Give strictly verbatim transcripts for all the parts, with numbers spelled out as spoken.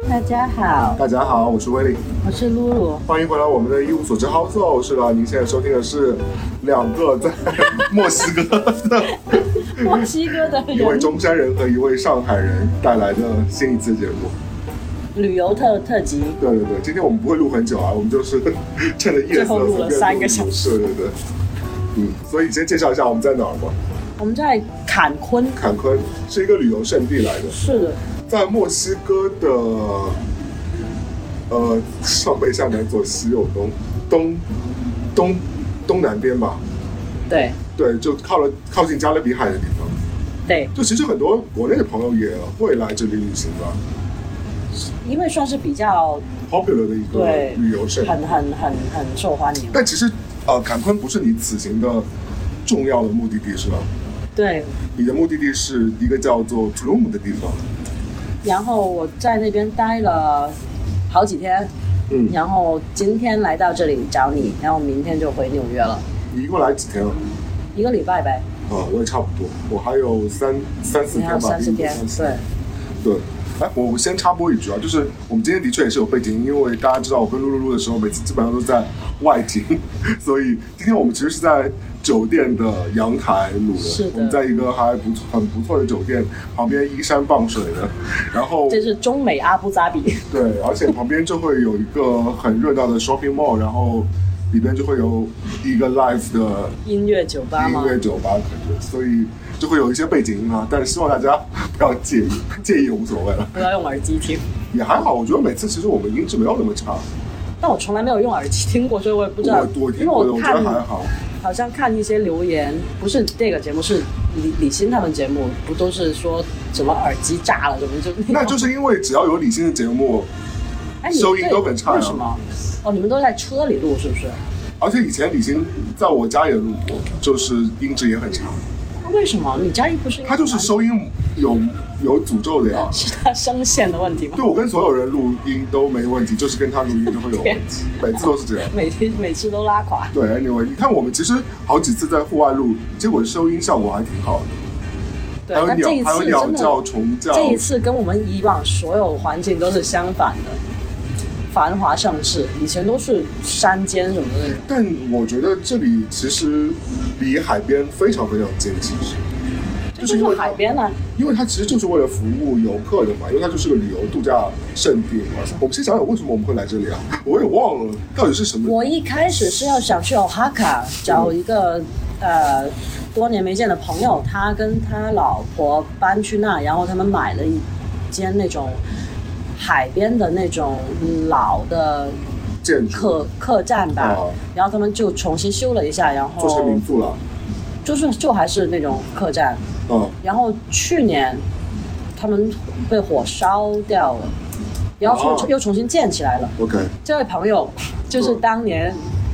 大家好， 大家好，我是威利， 我是露露， 欢迎回来我们的一无所知 Household。是的，您现在收听的是两个在墨西哥的墨西哥的人， 一位中山人和一位上海人带来的新一次节目， 旅游特特辑。 对对对，今天我们不会录很久啊，我们就是趁着夜色最后录了三个小时。 对对对，嗯，所以先介绍一下我们在哪儿吧。 我们在坎昆， 坎昆是一个旅游胜地来的， 是的， 在墨西哥的呃上北下南左西右东东东东南边吧。 对对，就靠了靠近加勒比海的地方。 对， 就其实很多国内的朋友也会来这里旅行吧， 因为算是比较 popular 的一个对旅游胜地， 很很很很受欢迎。 但其实呃，坎昆不是你此行的重要的目的地，是吧？ 对， 你的目的地是一个叫做 Tulum 的地方。 然后我在那边待了好几天， 嗯， 然后今天来到这里找你，然后明天就回纽约了。 你一共来几天了？ 一个礼拜呗。 啊，我也差不多，我还有三三四天吧， 三四天，对对。哎，我我先插播一句啊，就是我们今天的确也是有背景，因为大家知道我跟露露露的时候，每次基本上都在外景，所以今天我们其实是在酒店的阳台录的。 是的， 我们在一个还不错、很不错的酒店旁边依山傍水的，然后这是中美阿布扎比。对， 而且旁边就会有一个很热闹的 shopping mall， 然后里边就会有一个 live 的音乐酒吧吗？ 音乐酒吧感觉，所以就会有一些背景音啊，但是希望大家不要介意，介意无所谓了。 不要用耳机听， 也还好，我觉得每次其实我们音质没有那么差。 但我从来没有用耳机听过，所以我也不知道。 我我听过的，我觉得还好。 好像看一些留言，不是这个节目，是李李欣他们节目，不都是说什么耳机炸了，怎么就？ 那就是因为只要有李欣的节目， 哎， 收音都很差、啊。 为什么？哦，你们都在车里录是不是？ 而且以前李欣在我家也录过，就是音质也很差。 为什么？你家又不是？ 他就是收音有有诅咒的呀。 是他声线的问题吗？ 对，我跟所有人录音都没问题，就是跟他录音就会有问题，每次都是这样。 每天每次都拉垮。 对 ，anyway， 你看我们其实好几次在户外录，结果收音效果还挺好的。 对， 还有鸟，还有鸟叫、虫叫。 这一次跟我们以往所有环境都是相反的。繁华盛世，以前都是山间什么的那种。 但我觉得这里其实离海边非常非常近，其实就是因为海边呢、啊， 因为它其实就是为了服务游客的嘛，因为它就是个旅游度假胜地嘛。我们先想想为什么我们会来这里啊？我也忘了到底是什么。 我一开始是要想去 Oaxaca 找一个、嗯、呃多年没见的朋友，他跟他老婆搬去那，然后他们买了一间那种。海边的那种老的客客栈吧、哦，然后他们就重新修了一下，然后做成民宿了， 就是就还是那种客栈。 哦， 然后去年他们被火烧掉了，然后、哦、又重新建起来了。 OK， 这位朋友就是当年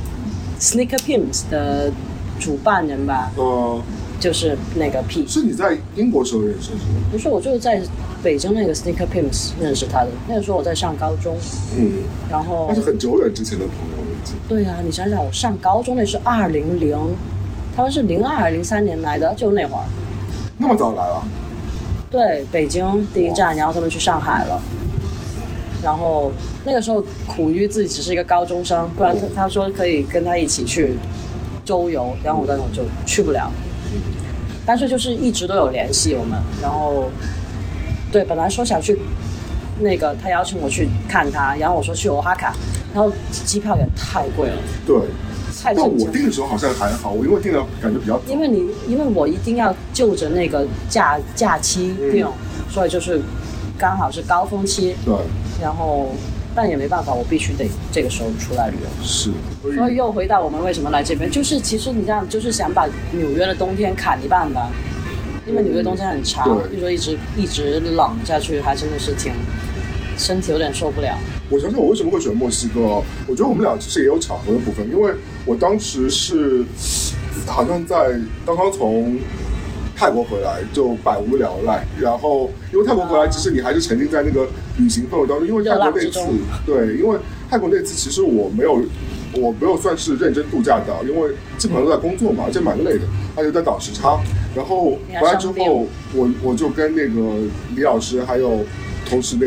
Sneaker Pimps 的主办人吧？ 哦， 就是那个 P。 是你在英国时候认识的？ 不是，我就是在。北京那个 Sneaker Pimps 认识他的，那个时候我在上高中， 嗯， 然后那是很久远之前的朋友了。 对啊，你想想，我上高中那是二零零，他们是零二零三年来的，就那会儿， 那么早来了？ 对，北京第一站，然后他们去上海了，然后那个时候苦于自己只是一个高中生，不然他他说可以跟他一起去周游，然后我那种就去不了，但是就是一直都有联系我们，然后。对，本来说想去，那个他邀请我去看他，然后我说去欧哈卡，然后机票也太贵了。 对， 太但我订的时候好像还好，我因为订的感觉比较早。 因为你因为我一定要就着那个假假期订、嗯，所以就是刚好是高峰期。 对。 然后，但也没办法，我必须得这个时候出来旅游。 是。 所以又回到我们为什么来这边，就是其实你这样就是想把纽约的冬天砍一半吧。因为纽约冬天很长，比如说一直一直冷下去，还真的是挺身体有点受不了。 我想想，我为什么会选墨西哥？我觉得我们俩其实也有巧合的部分，因为我当时是好像在刚刚从泰国回来，就百无聊赖。然后因为泰国回来，其实你还是沉浸在那个旅行氛围当中。因为泰国那次，对，因为泰国那次其实我没有。我没有算是认真度假的，因为基本上都在工作嘛，而且蛮累的，而且在倒时差。然后回来之后，我我就跟那个李老师还有同时那个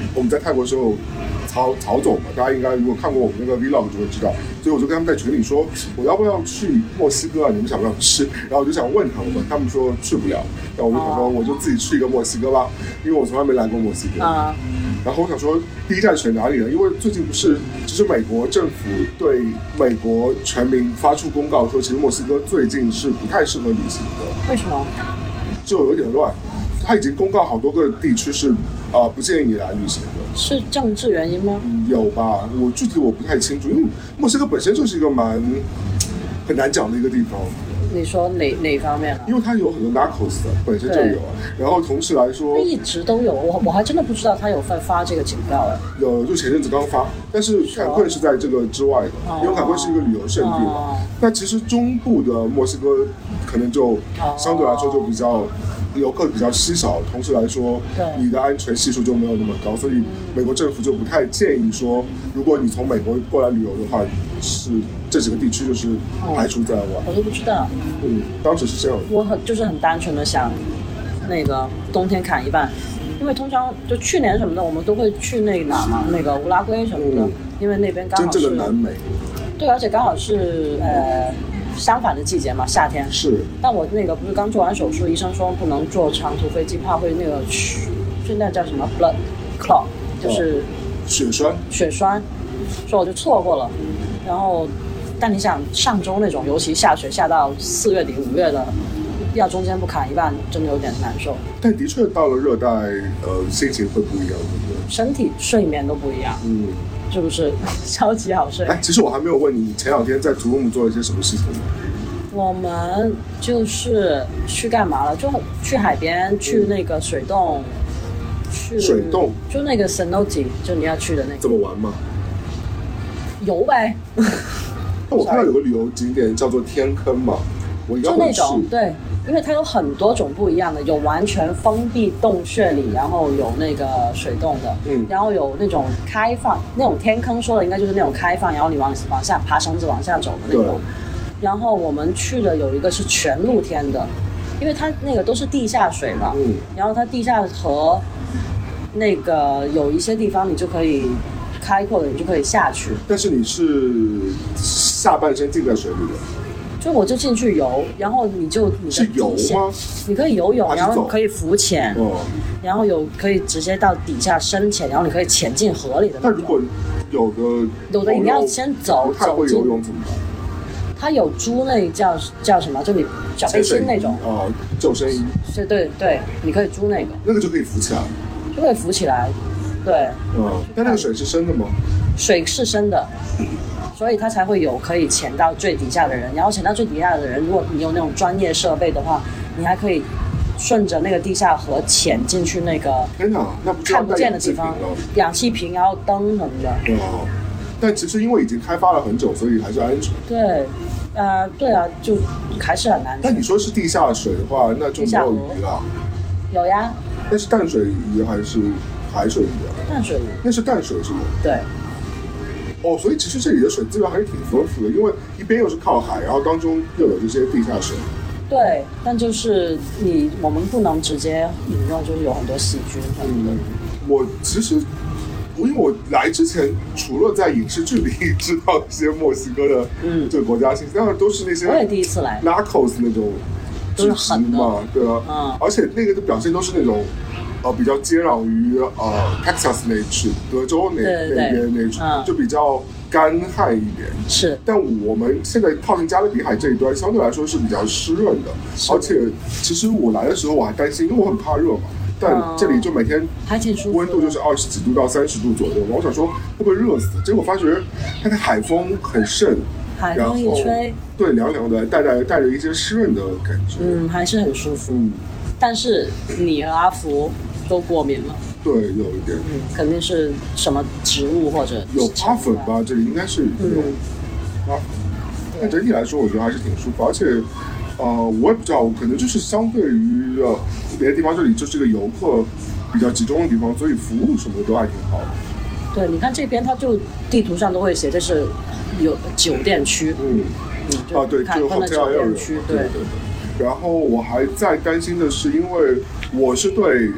我们在泰国的时候曹曹总嘛，大家应该如果看过我们那个 vlog 就会知道，所以我就跟他们在群里说，我要不要去墨西哥啊？你们想不想去？然后我就想问他们，他们说去不了，那我就想说我就自己去一个墨西哥吧，因为我从来没来过墨西哥。 啊、 然后我想说，第一站选哪里呢？因为最近不是，其实美国政府对美国全民发出公告说，其实墨西哥最近是不太适合旅行的。 为什么？ 就有点乱，他已经公告好多个地区是啊、呃、不建议你来旅行的。 是政治原因吗？ 有吧，我具体我不太清楚，因为墨西哥本身就是一个蛮很难讲的一个地方。 你说哪哪方面啊？ 因为它有很多 narcos 的，本身就有啊。然后同时来说， 一直都有，我我还真的不知道他有发发这个警告哎。 有，就前阵子刚发，但是坎昆是在这个之外的， 哦、 因为坎昆是一个旅游胜地嘛。哦、那其实中部的墨西哥可能就相对来说就比较。游客比较稀少，同时来说，你的安全系数就没有那么高，所以美国政府就不太建议说，如果你从美国过来旅游的话，是这几个地区就是排除在外。 哦、我都不知道。 嗯，当时是这样的。 我很就是很单纯的想，那个冬天砍一半，因为通常就去年什么的，我们都会去那哪嘛，那个乌拉圭什么的，嗯、因为那边刚好是真正的南美。 对，而且刚好是呃。相反的季节嘛，夏天是。 但我那个不是刚做完手术，医生说不能坐长途飞机，怕会那个就那叫什么 blood clot， 就是血栓。 血栓，所以我就错过了。然后，但你想上周那种，尤其下雪下到四月底五月的，要中间不砍一半，真的有点难受。 但的确到了热带，呃，心情会不一样，对不对？ 身体睡眠都不一样。 嗯。 是不是超级好睡？ 哎，其实我还没有问你，你前两天在图鲁姆做了一些什么事情呢？ 我们就是去干嘛了？就去海边，去那个水洞，嗯、去水洞， 就那个 Cenote， 就你要去的那个。 怎么玩吗？ 游呗。 那我看到有个旅游景点叫做天坑嘛，我应该会去。 就那种对。因为它有很多种不一样的，有完全封闭洞穴里，然后有那个水洞的， 嗯， 然后有那种开放，那种天坑说的应该就是那种开放，然后你往往下爬绳子往下走的那种。然后我们去的有一个是全露天的，因为它那个都是地下水嘛， 嗯， 然后它地下河那个有一些地方你就可以开阔的，你就可以下去。 但是你是下半身浸在水里的。 就我就进去游，然后你就你的是游吗？ 你可以游泳，然后可以浮潜， 哦、 然后有可以直接到底下深潜，然后你可以潜进河里的那种。 那如果有的有的你要先走， 不太会游泳怎么办？ 他有租那叫叫什么？就你小背心那种啊，救生衣。 对对对，你可以租那个， 那个就可以浮起来， 就可以浮起来。对， 嗯，但那个水是深的吗？ 水是深的。所以他才会有可以潜到最底下的人，然后潜到最底下的人，如果你有那种专业设备的话，你还可以顺着那个地下河潜进去那个天哪，那不看不见的地方，氧气瓶，然后灯什么的。 哦，但其实因为已经开发了很久，所以还是安全。 对，呃，对啊，就还是很安全。 那你说是地下水的话，那就没有鱼了。 有呀。 那是淡水鱼还是海水鱼啊？ 淡水鱼。 那是淡水是吗？ 对。 哦，所以其实这里的水资源还是挺丰富的，因为一边又是靠海，然后当中又有这些地下水。 对，但就是你我们不能直接饮用，就是有很多细菌什么的。 嗯，我其实，因为我来之前，除了在影视剧里知道一些墨西哥的嗯这个国家信息，当然都是那些我也第一次来 narcos 那种剧情嘛，对啊， 嗯， 而且那个的表现都是那种。呃，比较接壤于呃 Texas 那一区，德州那对对对那边那一区， 嗯， 就比较干旱一点。 是， 但我们现在靠近加勒比海这一端，相对来说是比较湿润的。而且，其实我来的时候我还担心，因为我很怕热嘛。但这里就每天还挺舒服， 温度就是二十几度到三十度左右。我想说会不会热死？结果发觉它的海风很盛， 海风一吹， 对，凉凉的，带带带着一些湿润的感觉。 嗯，还是很舒服。 嗯， 但是你和阿福都过敏了。 对，有一点。 嗯，肯定是什么植物或者有花粉吧？这里应该是有花粉。但整体来说，我觉得还是挺舒服，而且，呃，我也不知道，可能就是相对于呃别的地方，这里就是个游客比较集中的地方，所以服务什么的都还挺好的。 对，你看这边，它就地图上都会写这是有酒店区。 嗯， 嗯， 啊，对，就 hotel area 区， 对对对。然后我还在担心的是，因为我是对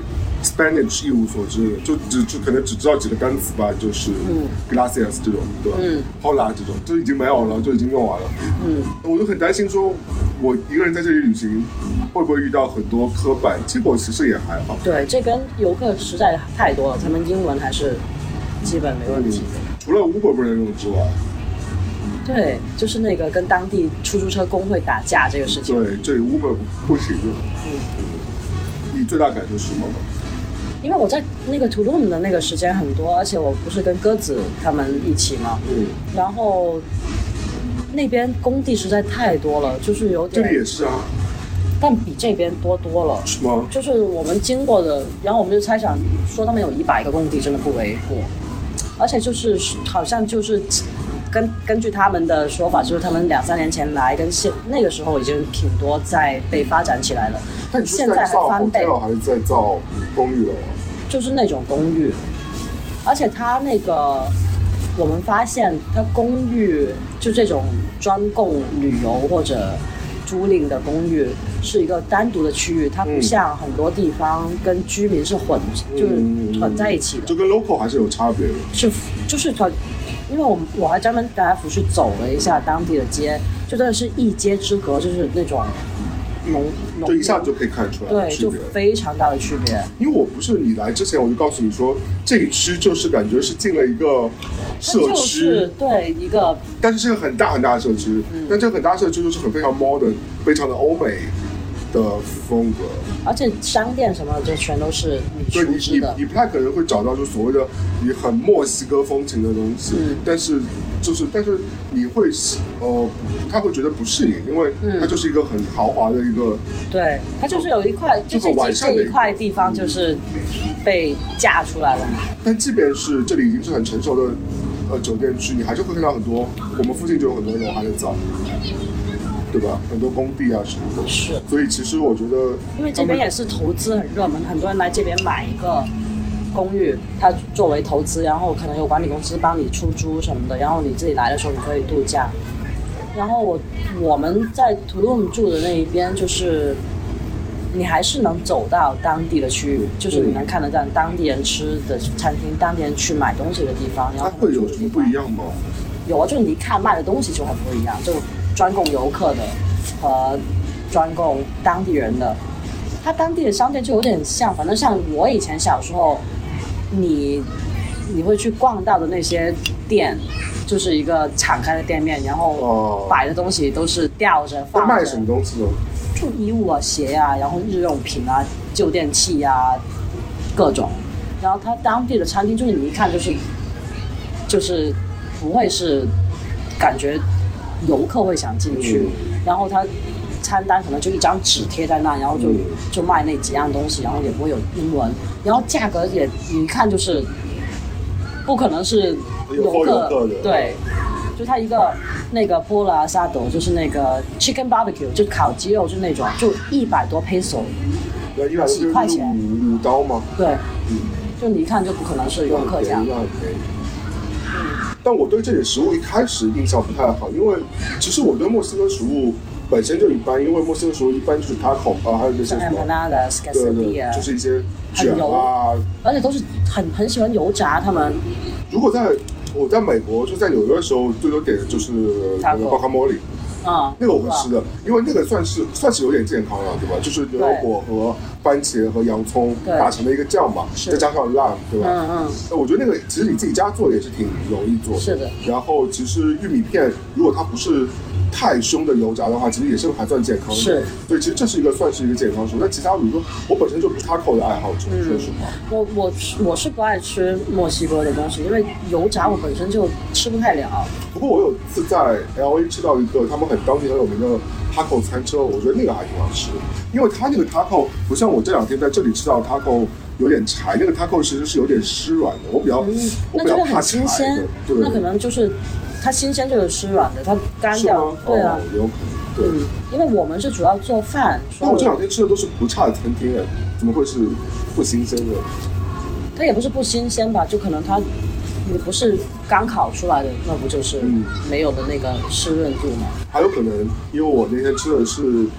Spanish 一无所知，就只就可能只知道几个单词吧，就是 gracias 这种，对吧？嗯 ，hola 这种就已经没有了，就已经用完了。嗯，我就很担心说，我一个人在这里旅行，会不会遇到很多刻板？结果其实也还好。 对，这边游客实在太多了，他们英文还是基本没问题的。 嗯、除了 Uber 不能用之外。 对，就是那个跟当地出租车工会打架这个事情。 对，这里 Uber 不行用。嗯，你最大感受是什么？ 因为我在那个 Tulum 的那个时间很多，而且我不是跟鸽子他们一起嘛，嗯，然后那边工地实在太多了，就是有点。 这里也是啊。 但比这边多多了。 是吗？ 就是我们经过的，然后我们就猜想说他们有一百个工地，真的不为过，而且就是好像就是。根根据他们的说法，就是他们两三年前来，跟现那个时候已经挺多在被发展起来了。 但现在还翻倍，还是在造公寓了？ 就是那种公寓，而且它那个我们发现，它公寓就这种专供旅游或者租赁的公寓是一个单独的区域，它不像很多地方跟居民是混，嗯、就是混在一起的， 就跟 local 还是有差别的。 是，就是它。因为我我还专门带他去走了一下当地的街，就真的是一街之隔，就是那种浓浓， 就一下就可以看出来， 对，就非常大的区别。 因为我不是你来之前我就告诉你说，这一区就是感觉是进了一个社区， 对一个， 但是是个很大很大的社区，嗯、但这个很大的社区就是很非常 modern， 非常的欧美的风格， 而且商店什么的就全都是你熟知的， 你你不太可能会找到就所谓的你很墨西哥风情的东西，嗯、但是就是但是你会呃他会觉得不适应，因为它就是一个很豪华的一个， 嗯、对，它就是有一块就这这一块地方就是被架出来了嘛。 但即便是这里已经是很成熟的呃酒店区，你还是会看到很多我们附近就有很多人还在造。对吧？很多工地啊什么的， 是。 所以其实我觉得， 因为这边也是投资很热门，很多人来这边买一个公寓，它作为投资，然后可能有管理公司帮你出租什么的，然后你自己来的时候你可以度假。然后我我们在 Tulum 住的那一边，就是你还是能走到当地的区域，就是你能看得到当地人吃的餐厅，当地人去买东西的地方。然后它会有什么不一样吗？ 有啊，就是你一看卖的东西就很不一样，就。专供游客的和专供当地人的，它当地的商店就有点像，反正像我以前小时候，你你会去逛到的那些店，就是一个敞开的店面，然后摆的东西都是吊着放着。 卖什么东西呢？ 就衣物啊、鞋啊，然后日用品啊、旧电器啊，各种。然后它当地的餐厅，就是你一看就是就是不会是感觉。游客会想进去，嗯、然后他餐单可能就一张纸贴在那，然后就、嗯、就卖那几样东西，然后也不会有英文，然后价格也你一看就是不可能是游客， 游客的对，就他一个那个波拉沙斗，就是那个 chicken barbecue， 就烤鸡肉，就那种就一百多 peso， 几块钱， 五刀吗？ 对，嗯、就你一看就不可能是游客价。 但我对这里食物一开始印象不太好，因为其实我对墨西哥食物本身就一般，因为墨西哥食物一般就是 taco 啊，还有那些什么，对对，就是一些卷啊， 而且都是很很喜欢油炸。他们如果在我在美国就在纽约的时候，最多点的就是那个 guacamole。啊，那个我会吃的，因为那个算是算是有点健康了，对吧？就是牛油果和番茄和洋葱打成的一个酱嘛，再加上辣，对吧？嗯嗯。那我觉得那个其实你自己家做也是挺容易做的。 是的。 然后其实玉米片，如果它不是太凶的油炸的话，其实也是还算健康的。 是。 所以其实这是一个算是一个健康食物。那其他比如说，我本身就不是 taco 的爱好者，说实话。 我我我是不爱吃墨西哥的东西，因为油炸我本身就吃不太了。 不过我有一次在 L A 吃到一个他们很当地很有名的 taco 餐车，我觉得那个还挺好吃的，因为它那个 taco 不像我这两天在这里吃到的 taco 有点柴，那个 taco 其实是有点湿软的，我比较、嗯、我比较怕柴的。对， 那可能就是它新鲜就是湿软的，它干掉，对啊， 哦、有可能，对、嗯， 因为我们是主要做饭。 那我这两天吃的都是不差的餐厅哎，怎么会是不新鲜的？ 它也不是不新鲜吧，就可能它。你不是刚烤出来的，那不就是没有的那个湿润度吗？ 还有可能，因为我那天吃的是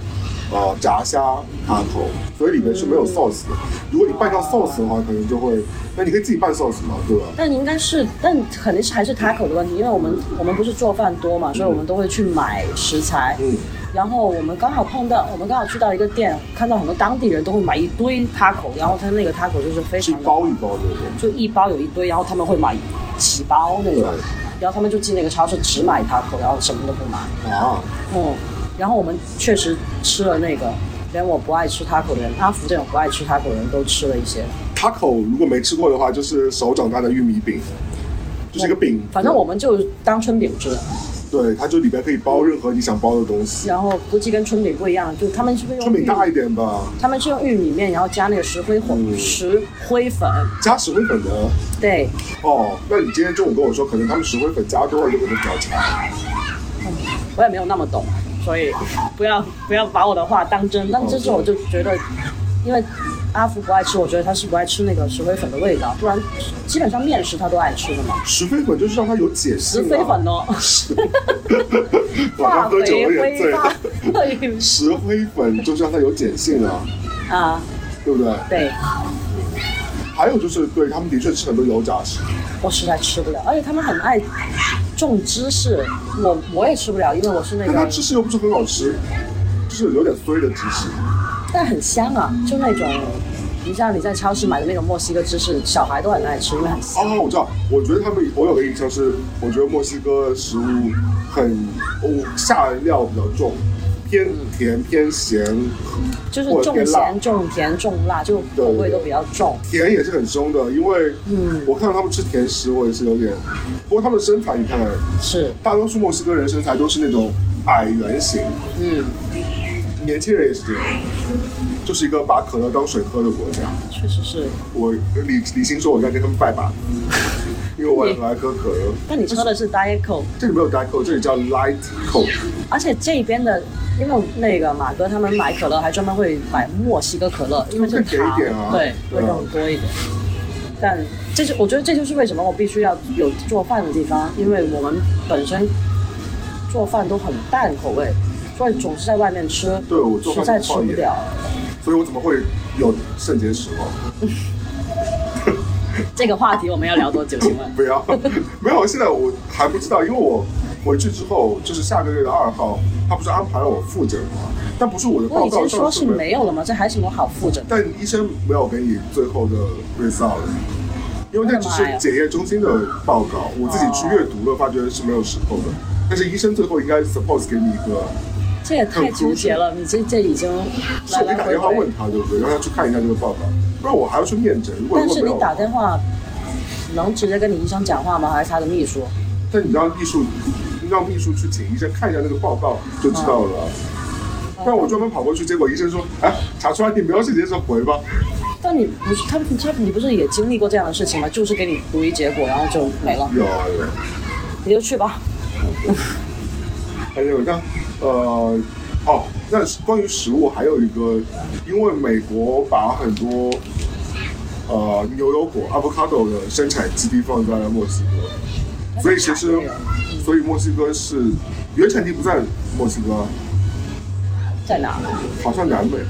呃炸虾塔口，所以里面是没有 sauce 的。如果你拌上 sauce 的话，可能就会，那你可以自己拌 sauce 嘛，对吧？ 但应该是，但肯定是还是 taco 的问题，因为我们我们不是做饭多嘛，所以我们都会去买食材。 嗯。 然后我们刚好碰到，我们刚好去到一个店，看到很多当地人都会买一堆 taco， 然后他那个 taco 就是非常的一包一包的， 就一包有一堆，然后他们会买几包那种，然后他们就进那个超市只买 taco， 然后什么都不买。 啊， 嗯，然后我们确实吃了那个，连我不爱吃 taco 的人，阿福这种不爱吃 taco 的人都吃了一些。 taco 如果没吃过的话，就是手掌大的玉米饼，就是一个饼， 反正我们就当春饼吃。 对，它就里边可以包任何你想包的东西。 然后估计跟春饼不一样，就他们是不是用春饼大一点吧？ 他们是用玉米面，然后加那个石灰粉，嗯、石灰粉加石灰粉的。 对。 哦，那你今天中午跟我说，可能他们石灰粉加多了，有可能比较差。 嗯，我也没有那么懂，所以不要不要把我的话当真。但这次我就觉得，因为阿福不爱吃，我觉得他是不爱吃那个石灰粉的味道，不然基本上面食他都爱吃的嘛。 石灰粉就是让它有解性、啊。 石灰粉哦。 晚上喝酒了也醉了。 对。 石灰粉就是让它有碱性啊。 啊。 对不对？ 对。 还有就是，对他们的确吃很多油炸食。 我实在吃不了，而且他们很爱种芝士，我我也吃不了，因为我是那个。 但它芝士又不是很好吃，就是有点衰的芝士。 但很香啊，就那种，你像你在超市买的那种墨西哥芝士，小孩都很爱吃，因为很香。 哦，我知道，我觉得他们，我有个印象是，我觉得墨西哥食物很，哦，下料比较重，偏甜偏咸， 就是重咸重甜重辣，就口味都比较重。 甜也是很凶的，因为嗯，我看到他们吃甜食，我也是有点，不过他们的身材你看， 是大多数墨西哥人身材都是那种矮圆形，嗯。年轻人也是这样，就是一个把可乐当水喝的国家。 确实是。 我李李欣说我该跟他们拜把，因为我也很爱喝可乐。 但你喝的是 Diet Coke， 这里没有 Diet Coke， 这里叫 Light Coke。 而且这边的，因为那个马哥他们买可乐还专门会买墨西哥可乐，因为是糖， 啊、 对，会更多一点。但这是我觉得这就是为什么我必须要有做饭的地方，因为我们本身做饭都很淡口味。所以总是在外面吃， 对我做饭实在吃不了， 所以我怎么会有肾结石哦？ 这个话题我们要聊多久？请问？ 不要，没有，现在我还不知道，因为我回去之后，就是下个月的二号，他不是安排了我复诊吗？但不是我的报告上我已经说是没有了吗？这还什么好复诊？ 但医生没有给你最后的 result， 因为那只是检验中心的报告，我自己去阅读了，发觉是没有时候的。但是医生最后应该 suppose 给你一个。 这也太纠结了，你这这已经是我给打电话问他，对不对？让他去看一下这个报告，不然我还要去面诊。如果但是你打电话能直接跟你医生讲话吗？还是他的秘书？ 但你让秘书，让秘书去请医生看一下那个报告就知道了。嗯、不然我专门跑过去，结果医生说：“哎，查出来你没有直接说回吧。” 但你不是他他你不是也经历过这样的事情吗？就是给你读一结果，然后就没了。 有啊有。 你就去吧。 还有那。呃，哦，那关于食物还有一个，因为美国把很多呃牛油果 avocado 的生产基地放在了墨西哥，所以其实，所以墨西哥是原产地不在墨西哥， 在哪？ 好像南美，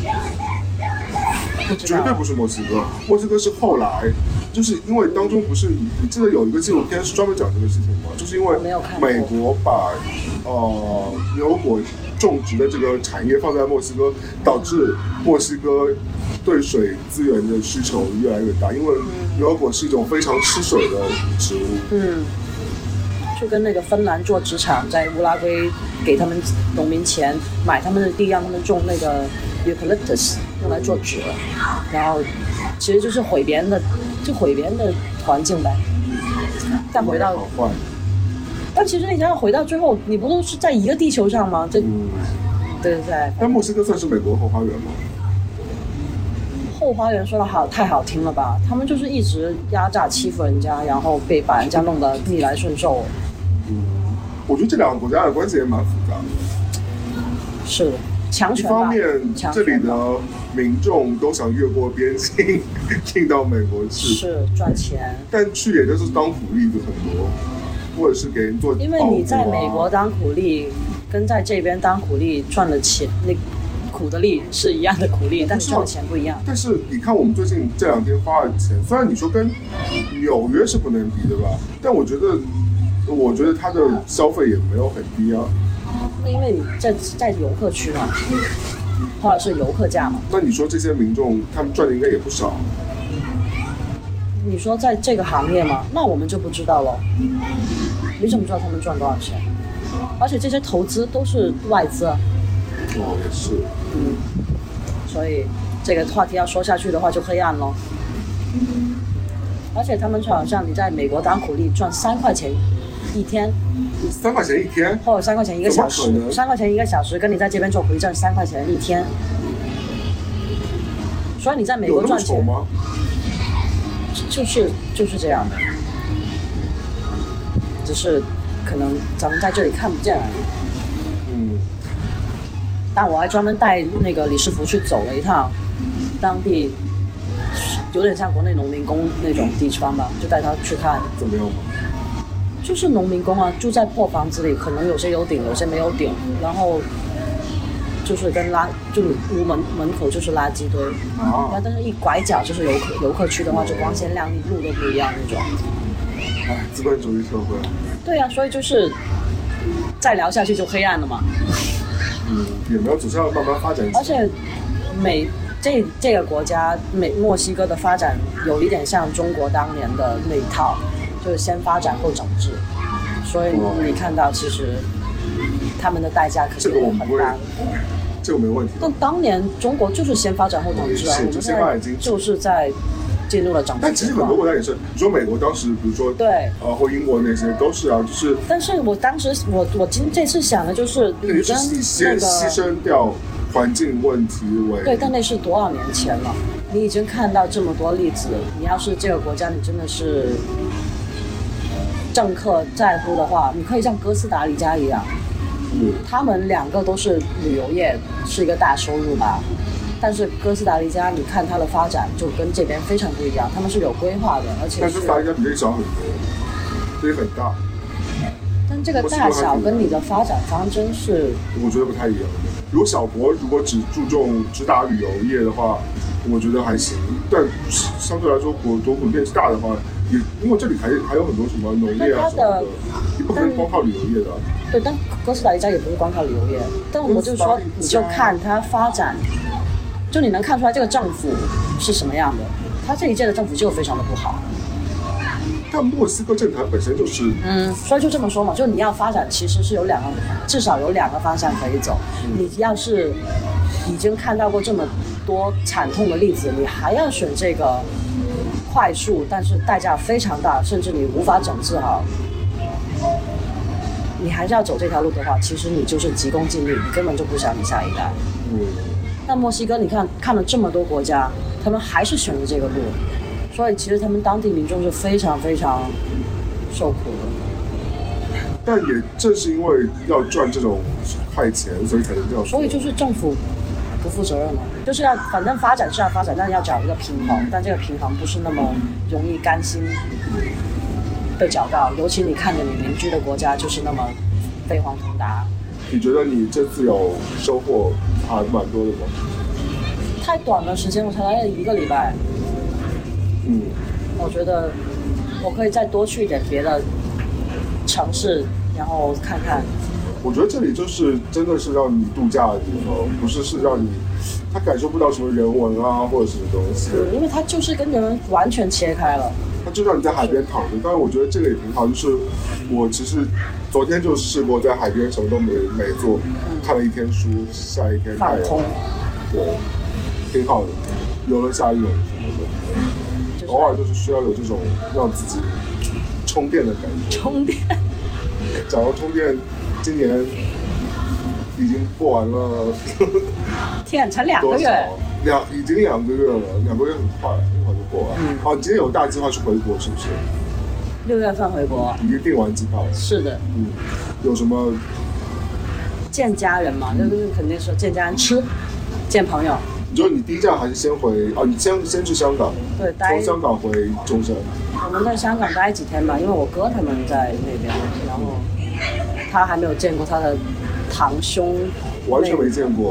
绝对不是墨西哥，墨西哥是后来。就是因为当中不是你记得有一个纪录片是专门讲这个事情吗？就是因为美国把呃牛油果种植的这个产业放在墨西哥，导致墨西哥对水资源的需求越来越大，因为牛油果是一种非常吃水的植物。嗯， 就跟那个芬兰做纸厂在乌拉圭给他们农民钱买他们的地，让他们种那个 eucalyptus 用来做纸，然后其实就是毁别人的。就毁别人的环境呗。再回到，但其实你想想，回到最后，你不都是在一个地球上吗？这，嗯、对对对。 但墨西哥算是美国后花园吗？ 后花园说的好太好听了吧？他们就是一直压榨欺负人家，然后被把人家弄得逆来顺受。 嗯，我觉得这两个国家的关系也蛮复杂的。 是的。强权一方面，这里的民众都想越过边境进到美国去， 是赚钱， 但去也就是当苦力的很多，或者是给人做、啊。 因为你在美国当苦力，跟在这边当苦力赚的钱，那苦的力是一样的苦力，但你赚的钱不一样。 但是你看我们最近这两天花的钱，虽然你说跟纽约是不能比的吧，但我觉得我觉得它的消费也没有很低啊。 因为你在在游客区嘛，或者是游客价嘛。 那你说这些民众他们赚的应该也不少。 你说在这个行业吗？那我们就不知道了。你怎么知道他们赚多少钱？而且这些投资都是外资啊。 哦，也是。 嗯。所以这个话题要说下去的话就黑暗咯。而且他们说好像你在美国当苦力赚三块钱一天。 三块钱一天， 或者三块钱一个小时，三块钱一个小时，跟你在这边做苦力挣三块钱一天。所以你在美国赚钱有那么丑吗？ 就是就是这样的，只是可能咱们在这里看不见而已。 嗯。 但我还专门带那个李师傅去走了一趟，当地有点像国内农民工那种地方吧，就带他去看。 怎么样吗？ 就是农民工啊，住在破房子里，可能有些有顶，有些没有顶，然后就是跟垃，就你屋门门口就是垃圾堆， 啊， 但是一拐角就是游客游客区的话，就光鲜亮丽，路都不一样那种。 哎，资本主义社会。 对啊，所以就是再聊下去就黑暗了嘛。 嗯，也没有，只是要慢慢发展。 而且美这这个国家，美墨西哥的发展有一点像中国当年的那一套。就是先发展后整治，所以你看到其实他们的代价可是很大。 这个没问题。 但当年中国就是先发展后整治啊，我们现在就是在进入了整治。 但其实很多国家也是，你说美国当时，比如说对， 呃，或英国那些都是啊，就是。 但是我当时我我今这次想的就是， 你是以先牺牲掉环境问题为。 对，但那是多少年前了？你已经看到这么多例子，你要是这个国家，你真的是。政客在乎的话，你可以像哥斯达黎加一样， 嗯， 他们两个都是旅游业是一个大收入吧，但是哥斯达黎加你看它的发展就跟这边非常不一样，他们是有规划的，而且但哥斯达黎加比这小很多，这也很大， 但这个大小跟你的发展方针是， 我觉得不太一样。如果小国如果只注重只打旅游业的话，我觉得还行，但相对来说国国土面积大的话。也因为这里还还有很多什么农业啊什么的，你不可能光靠旅游业的。 对，但哥斯达黎加也不是光靠旅游业，但我就说，你就看它发展，就你能看出来这个政府是什么样的。他这一届的政府就非常的不好。 但墨西哥政坛本身就是， 嗯，所以就这么说嘛，就你要发展，其实是有两个，至少有两个方向可以走。嗯、你要是已经看到过这么多惨痛的例子，你还要选这个。快速，但是代价非常大，甚至你无法整治好。你还是要走这条路的话，其实你就是急功近利，你根本就不想你下一代。 嗯。 那墨西哥，你看看了这么多国家，他们还是选了这个路，所以其实他们当地民众是非常非常受苦的。 但也正是因为要赚这种快钱，所以才能这样说。 所以就是政府。不负责任了，就是要反正发展是要发展，但是要找一个平衡，但这个平衡不是那么容易甘心被找到，尤其你看着你邻居的国家就是那么飞黄腾达。 你觉得你这次有收获还蛮多的吗？ 太短的时间，我才来了一个礼拜。 嗯， 我觉得我可以再多去一点别的城市，然后看看。 我觉得这里就是真的是让你度假的地方，不是是让你他感受不到什么人文啊或者什么东西。 因为它就是跟人文完全切开了。 他就让你在海边躺着，但是我觉得这个也挺好，就是我其实昨天就试过在海边什么都没没做，嗯、看了一天书，下一天太阳，对，挺好的，游了下泳什么的，就是、偶尔就是需要有这种让自己充电的感觉。 充电。 讲到充电。今年已经过完了， 天，才两个月， 两已经两个月了，两个月很快，很快就过完。嗯，哦，你今天有大计划去回国是不是？ 六月份回国， 已经订完机票了。 是的， 嗯，有什么？ 见家人嘛，那、嗯、就是肯定是见家人吃，见朋友。 你说你第一站还是先回哦？你先先去香港， 对， 从香港回中山。 我们在香港待几天吧，因为我哥他们在那边，然后。他还没有见过他的堂兄， 完全没见过。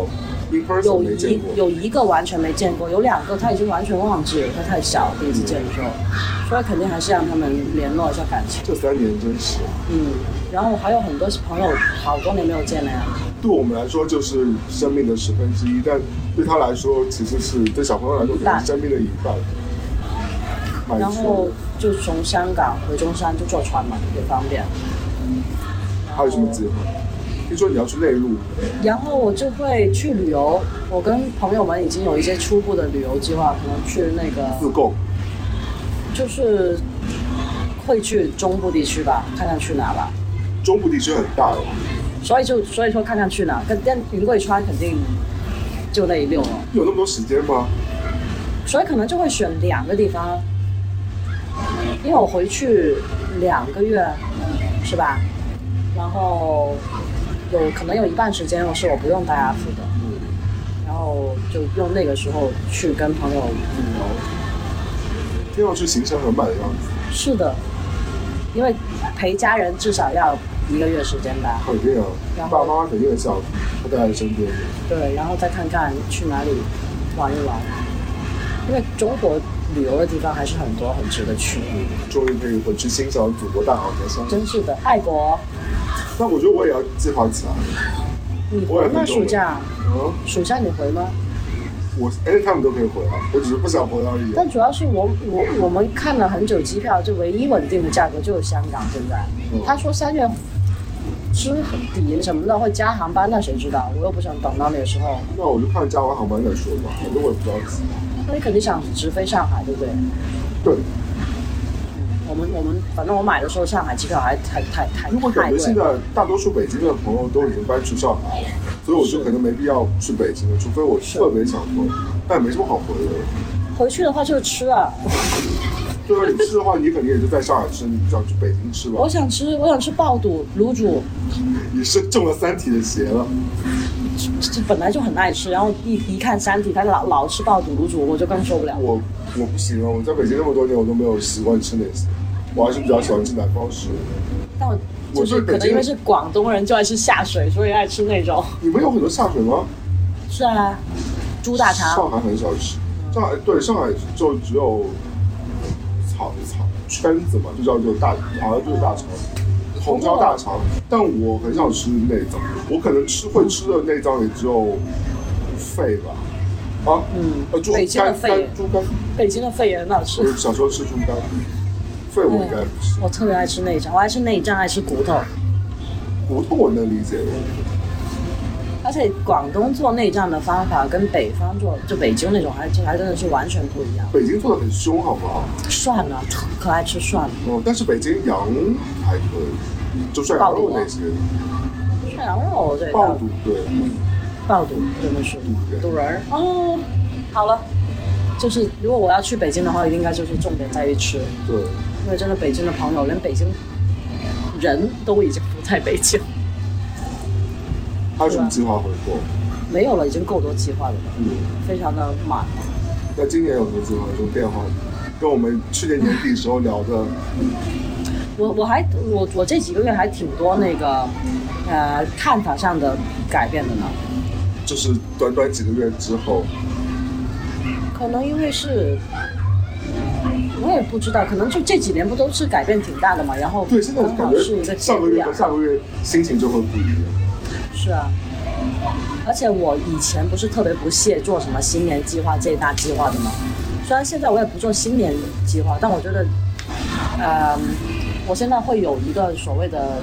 in person 有一没见过。 有一个完全没见过，有两个他已经完全忘记了，他太小，第一次见的时候，所以肯定还是让他们联络一下感情。 这三年真是， 嗯，然后还有很多朋友好多年没有见了呀。 对我们来说就是生命的十分之一，但对他来说其实是对小朋友来说可能是生命的一半。 然后就从香港回中山就坐船嘛，也方便。 还有什么计划？听说你要去内陆， 然后我就会去旅游。我跟朋友们已经有一些初步的旅游计划，可能去那个自贡， 就是会去中部地区吧，看看去哪吧。 中部地区很大哦， 所以就所以说看看去哪，跟跟云贵川肯定就那一溜了。 有那么多时间吗？ 所以可能就会选两个地方，因为我回去两个月，是吧？然后有可能有一半时间我是我不用带阿福的， 嗯， 然后就用那个时候去跟朋友旅游。 听上去行程很满的样子。 是的，因为陪家人至少要一个月时间吧。 肯定啊， 然后爸妈肯定很想他带在身边。 对，然后再看看去哪里玩一玩，因为中国旅游的地方还是很多，很值得去。 嗯，终于可以回去欣赏祖国大好河山。 真是的，爱国。 那我觉得我也要计划起来。 你回吗？暑假？ 嗯， 暑假你回吗？ 我哎，他们都可以回啊，我只是不想回而已。 但主要是我我我们看了很久机票，就唯一稳定的价格就是香港。现在、嗯、他说三月之底什么的会加航班，那谁知道？我又不想等到那个时候。 那我就看加完航班再说吧，反正我也不着急。 那你肯定想直飞上海，对不对？ 对。 我们我们反正我买的时候上海机票还太太太因为我感觉现在大多数北京的朋友都已经搬去上海了，所以我就可能没必要去北京了，除非我特别想回，但没什么好回的。 回去的话就是吃啊。 对啊，你吃的话，你肯定也就在上海吃，你不想去北京吃吧？ 我想吃，我想吃爆肚、卤煮。 你是中了《三体》的邪了。 这本来就很爱吃，然后一一看《三体》，他老老吃爆肚、卤煮，我就更受不了。 我我不行啊！我在北京那么多年，我都没有习惯吃那些。我还是比较喜欢吃南方食物， 但我就是可能因为是广东人就爱吃下水，所以爱吃那种。 你们有很多下水吗？ 是啊，猪大肠。 上海很少吃，上海对上海就只有草草圈子嘛，就叫做大，好像就是大肠，红烧大肠。但我很少吃内脏，我可能吃会吃的内脏也只有肺吧。啊， 嗯， 呃，猪北京的肺， 猪肝， 北京的肺也很好吃。 我小时候吃猪肝。肺我应该不吃， 我特别爱吃内脏，我爱吃内脏，爱吃骨头。 骨头我能理解的， 而且广东做内脏的方法跟北方做，就北京那种还还真的是完全不一样。 北京做的很凶，好不好？ 涮了，可爱吃涮了。 哦，但是北京羊还可以，就涮羊肉那些。 涮羊肉这爆肚对， 爆肚真的是肚仁儿哦。好了。就是如果我要去北京的话，应该就是重点在于吃。 对， 因为真的北京的朋友，连北京人都已经不在北京。 还有什么计划回国？ 没有了，已经够多计划了。 嗯， 非常的满。 那今年有什么计划？有什么变化？跟我们去年年底时候聊的。 我我还我我这几个月还挺多那个呃看法上的改变的呢。 就是短短几个月之后。 可能因为是，我也不知道，可能就这几年不都是改变挺大的嘛，然后对，现在感觉上个月和下个月心情就会不一样。 是啊，而且我以前不是特别不屑做什么新年计划、这大计划的嘛，虽然现在我也不做新年计划，但我觉得，呃，我现在会有一个所谓的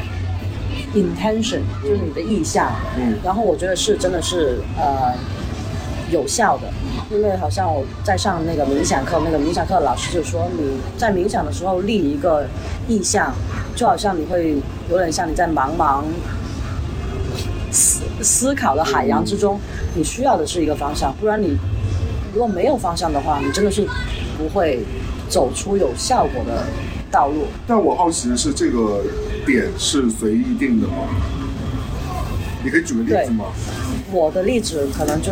intention， 就是你的意向， 嗯， 然后我觉得是真的是呃有效的。因为好像我在上那个冥想课，那个冥想课老师就说，你在冥想的时候立一个意向，就好像你会有点像你在茫茫思思考的海洋之中，你需要的是一个方向，不然你如果没有方向的话，你真的是不会走出有效果的道路。 但我好奇的是，这个点是随意定的吗？你可以举个例子吗？ 我的例子可能就是。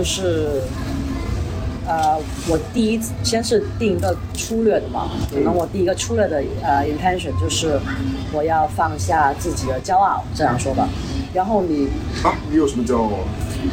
呃，我第一先是定一个粗略的嘛，可能我第一个粗略的呃 intention 就是我要放下自己的骄傲，这样说吧。然后你啊，你有什么骄傲？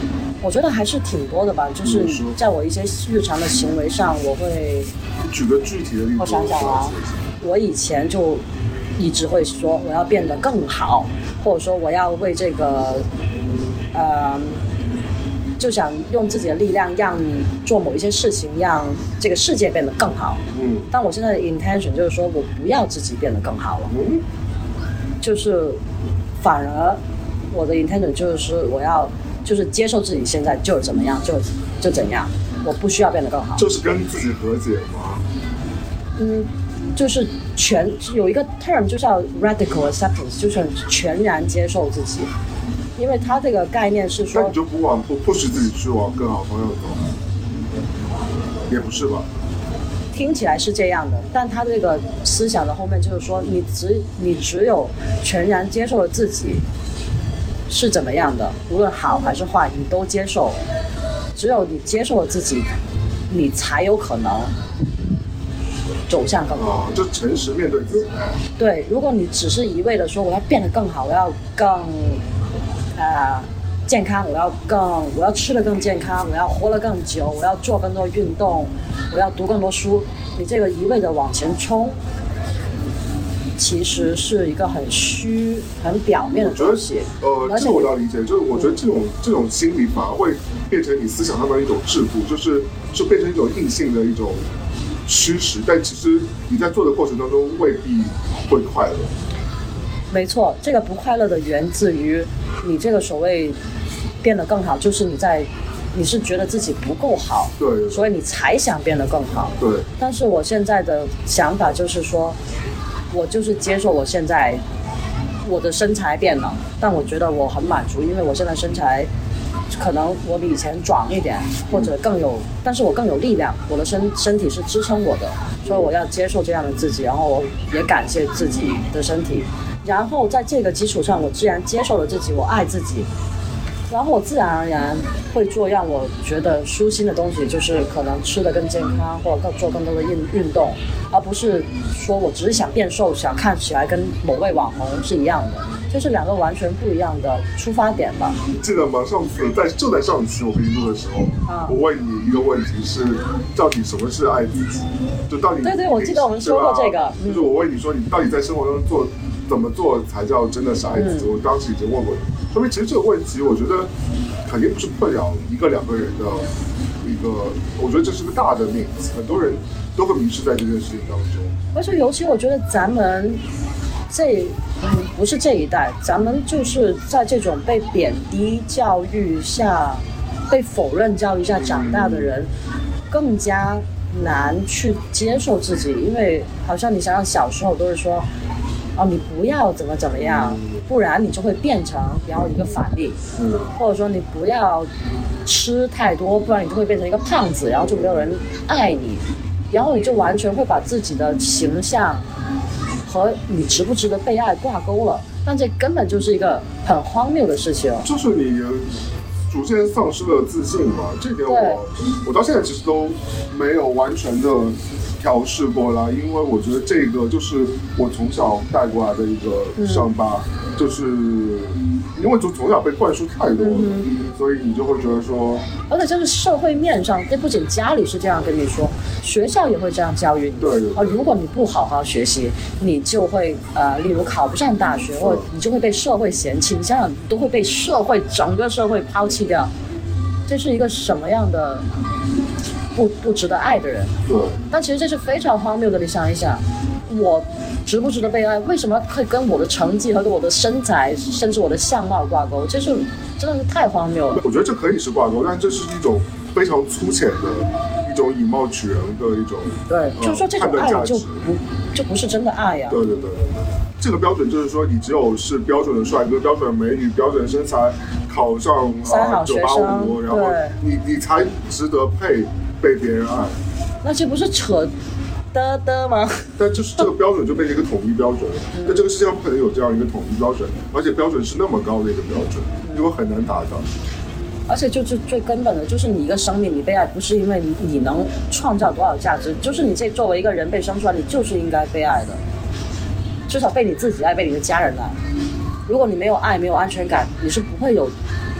我觉得还是挺多的吧，就是在我一些日常的行为上，我会举个具体的例子。 我想想啊，我以前就一直会说我要变得更好，或者说我要为这个，呃，就想用自己的力量让做某一些事情，让这个世界变得更好。 嗯。 但我现在的 intention 就是说我不要自己变得更好了，嗯，就是反而我的 intention 就是我要。就是接受自己现在就是怎么样就就怎样，我不需要变得更好。 就是跟自己和解吗？ 嗯，就是全有一个 term 就叫 radical acceptance， 就是全然接受自己。因为它这个概念是说， 那你就不往不不使自己去往更好方向走，也不是吧？ 听起来是这样的，但他这个思想的后面就是说，你只你只有全然接受了自己。是怎么样的，无论好还是坏你都接受，只有你接受了自己，你才有可能走向更好， 哦，就诚实面对自己。 对，如果你只是一味的说我要变得更好，我要更呃健康，我要更我要吃得更健康，我要活得更久，我要做更多运动，我要读更多书，你这个一味的往前冲，其实是一个很虚、很表面的东西。 呃，这个我要理解，就是我觉得这种、嗯、这种心理反而会变成你思想上的一种桎梏，就是就变成一种硬性的一种驱使，但其实你在做的过程当中未必会快乐。 没错，这个不快乐的源自于你这个所谓变得更好，就是你在你是觉得自己不够好， 对， 所以你才想变得更好。 对。但是我现在的想法就是说。我就是接受我现在我的身材变了，但我觉得我很满足，因为我现在身材可能我比以前壮一点，或者更有，但是我更有力量，我的身身体是支撑我的，所以我要接受这样的自己，然后我也感谢自己的身体，然后在这个基础上，我既然接受了自己，我爱自己，然后我自然而然会做让我觉得舒心的东西，就是可能吃得更健康，或者做更多的运运动，而不是说我只是想变瘦，想看起来跟某位网红是一样的，就是两个完全不一样的出发点吧。 你记得吗？上次在就在上期我跟你录的时候，啊、我问你一个问题是，到底什么是爱自己？就到底对对，我记得我们说过这个， 就是我问你说，你到底在生活中做怎么做才叫真的是爱自己？嗯、我当时已经问过你。说明其实这个问题，我觉得肯定不是困扰一个两个人的一个，我觉得这是个大的命题，很多人都会迷失在这件事情当中。 而且尤其我觉得咱们这嗯不是这一代，咱们就是在这种被贬低教育下、被否认教育下长大的人，嗯、更加难去接受自己，因为好像你想想小时候都是说。哦，你不要怎么怎么样，不然你就会变成然后一个反例，嗯，或者说你不要吃太多，不然你就会变成一个胖子，然后就没有人爱你，然后你就完全会把自己的形象和你值不值得被爱挂钩了，但这根本就是一个很荒谬的事情。 就是你逐渐丧失了自信嘛，这点我我到现在其实都没有完全的调试过啦，因为我觉得这个就是我从小带过来的一个伤疤，嗯、就是因为从从小被灌输太多了，嗯、所以你就会觉得说， 而且就是社会面上，这不仅家里是这样跟你说，学校也会这样教育你。 对对对。 啊，如果你不好好学习，你就会呃，例如考不上大学，或者你就会被社会嫌弃。你想想，你都会被社会整个社会抛弃掉，这是一个什么样的？不不值得爱的人， 对， 但其实这是非常荒谬的。你想一想，我值不值得被爱？为什么会跟我的成绩和跟我的身材，甚至我的相貌挂钩？这是真的是太荒谬了。 我觉得这可以是挂钩，但这是一种非常粗浅的一种以貌取人的一种。 对，就是说这种爱就不就不是真的爱呀、啊。 对对对，这个标准就是说，你只有是标准的帅哥、标准的美女、标准的身材，考上啊九八五，然后你你才值得配。被别人爱， 那这不是扯的的吗？ 但就是这个标准就变成一个统一标准，嗯、但这个世界上不可能有这样一个统一标准，而且标准是那么高的一个标准，因为很难达到。 而且就是最根本的，就是你一个生命，你被爱不是因为你你能创造多少价值，就是你这作为一个人被生出来，你就是应该被爱的，至少被你自己爱，被你的家人爱。如果你没有爱，没有安全感，你是不会有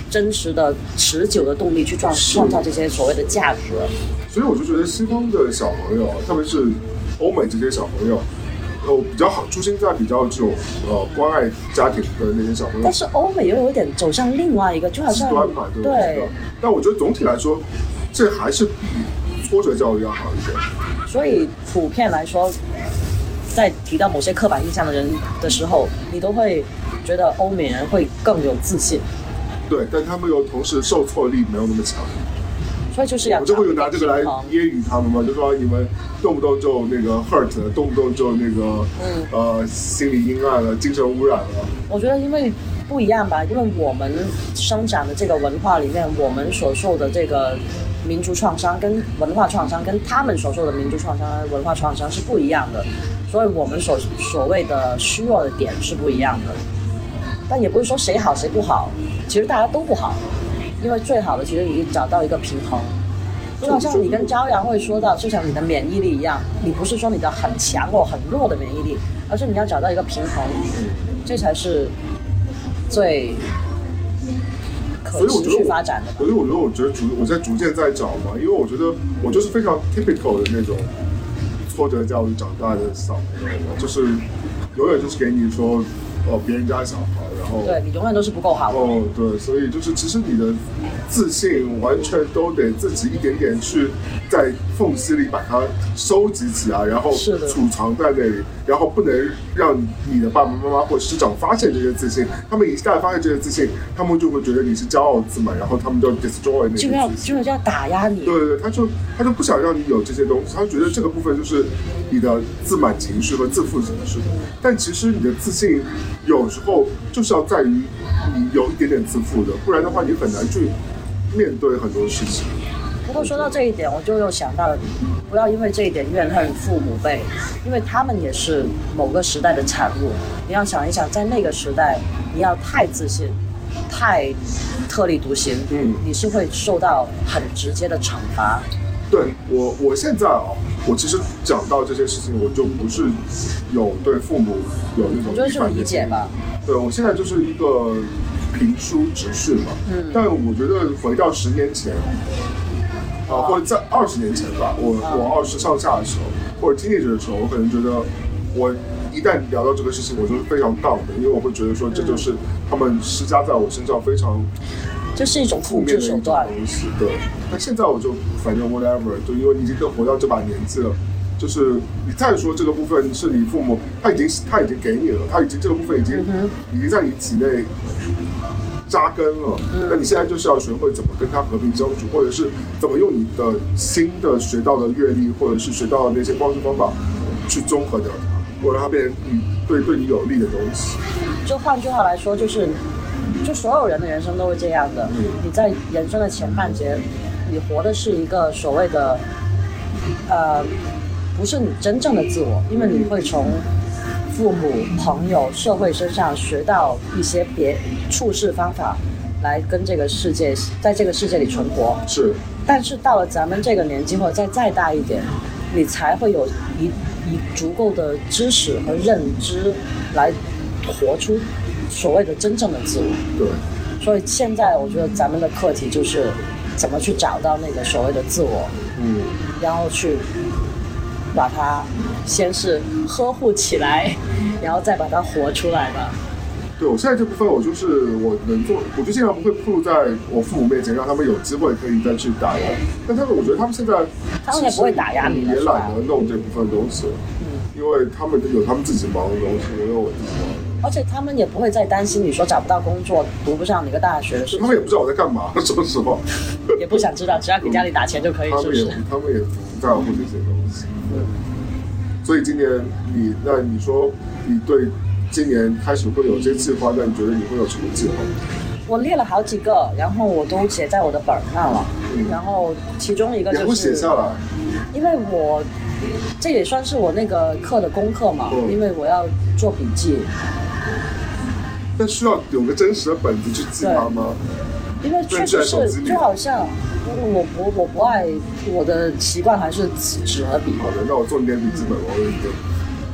真实的、持久的动力去创创造这些所谓的价值。 所以我就觉得西方的小朋友，特别是欧美这些小朋友，呃，比较好出生在比较这种呃关爱家庭的那些小朋友。 但是欧美又有点走向另外一个，就好像极端嘛，对。对但我觉得总体来说，这还是比挫折教育要好一点。 所以普遍来说，在提到某些刻板印象的人的时候，你都会觉得欧美人会更有自信。 对，但他们又同时受挫力没有那么强。 所以就是要我就会有拿这个来揶揄他们嘛，就说你们动不动就那个 hurt， 动不动就那个、嗯、呃心理阴暗了，精神污染了。 我觉得因为不一样吧，因为我们生长的这个文化里面，我们所受的这个民族创伤跟文化创伤，跟他们所受的民族创伤、文化创伤是不一样的，所以我们所所谓的虚弱的点是不一样的。但也不是说谁好谁不好，其实大家都不好。因为最好的其实你找到一个平衡，就好像你跟朝阳会说到，就像你的免疫力一样，你不是说你的很强或很弱的免疫力，而是你要找到一个平衡，这才是最可持续发展的。 所以我觉得，我觉得逐我在逐渐在找嘛，因为我觉得我就是非常 typical 的那种挫折教育长大的小朋友，就是永远就是给你说，哦，别人家小孩。 对你永远都是不够好的。 哦，对，所以就是其实你的自信完全都得自己一点点去在缝隙里把它收集起来，然后储藏在那里，然后不能让你的爸爸妈妈或师长发现这些自信。他们一旦发现这些自信，他们就会觉得你是骄傲自满，然后他们就 destroy 那个自信， 就要就是要打压你。 对对对，他就他就不想让你有这些东西，他就觉得这个部分就是你的自满情绪和自负情绪。但其实你的自信有时候就是要在于你有一点点自负的，不然的话你很难去面对很多事情。 不过说到这一点，我就又想到了，不要因为这一点怨恨父母辈，因为他们也是某个时代的产物。你要想一想，在那个时代，你要太自信、太特立独行，嗯，你是会受到很直接的惩罚。 对我，我现在啊，我其实讲到这些事情，我就不是有对父母有那种， 我觉得是理解吧。 对，我现在就是一个评书直视嘛，嗯，但我觉得回到十年前。啊，或者在二十年前吧，我我二十上下的时候，或者 teenager 的时候，我可能觉得，我一旦聊到这个事情，我就是非常 down 的，因为我会觉得说，这就是他们施加在我身上非常， 这是一种负面的一种东西。对，那现在我就反正 whatever， 就因为你已经活到这把年纪了，就是你再说这个部分是你父母，他已经他已经给你了，他已经这个部分已经、嗯、已经在你体内扎根了，那你现在就是要学会怎么跟他和平相处，或者是怎么用你的新的学到的阅历，或者是学到的那些方式方法去综合掉它，或者让它变成你对对你有利的东西。 就换句话来说，就是就所有人的人生都会这样的。嗯、你在人生的前半节，你活的是一个所谓的呃，不是你真正的自我，因为你会从父母、朋友、社会身上学到一些别处事方法，来跟这个世界，在这个世界里存活。 是。 但是到了咱们这个年纪，或者再再大一点，你才会有一一足够的知识和认知，来活出所谓的真正的自我。 对。 所以现在我觉得咱们的课题就是怎么去找到那个所谓的自我，嗯，然后去把它先是呵护起来，然后再把它活出来吧。 对，我现在这部分我就是我能做，我就尽量不会暴露在我父母面前，让他们有机会可以再去打压。但他们我觉得他们现在他们也不会打压你， 也懒得弄这部分东西，嗯，因为他们有他们自己忙的东西，我有我自己忙的。 而且他们也不会再担心你说找不到工作、读不上哪个大学的事情。 他们也不知道我在干嘛，说实话。 也不想知道，只要给家里打钱就可以，是不是？ 他们也不在乎这些东西。嗯。所以今年你，那你说你对今年开始会有这些计划，那你觉得你会有什么计划？ 我列了好几个，然后我都写在我的本上了。嗯。然后其中一个就是。 你会写下来？ 因为我这也算是我那个课的功课嘛，嗯、因为我要做笔记。 但需要有个真实的本子去记它吗？ 因为确实是，就好像我我我不爱我的习惯还是纸和笔。 好的，那我做一点笔记本，我有一个。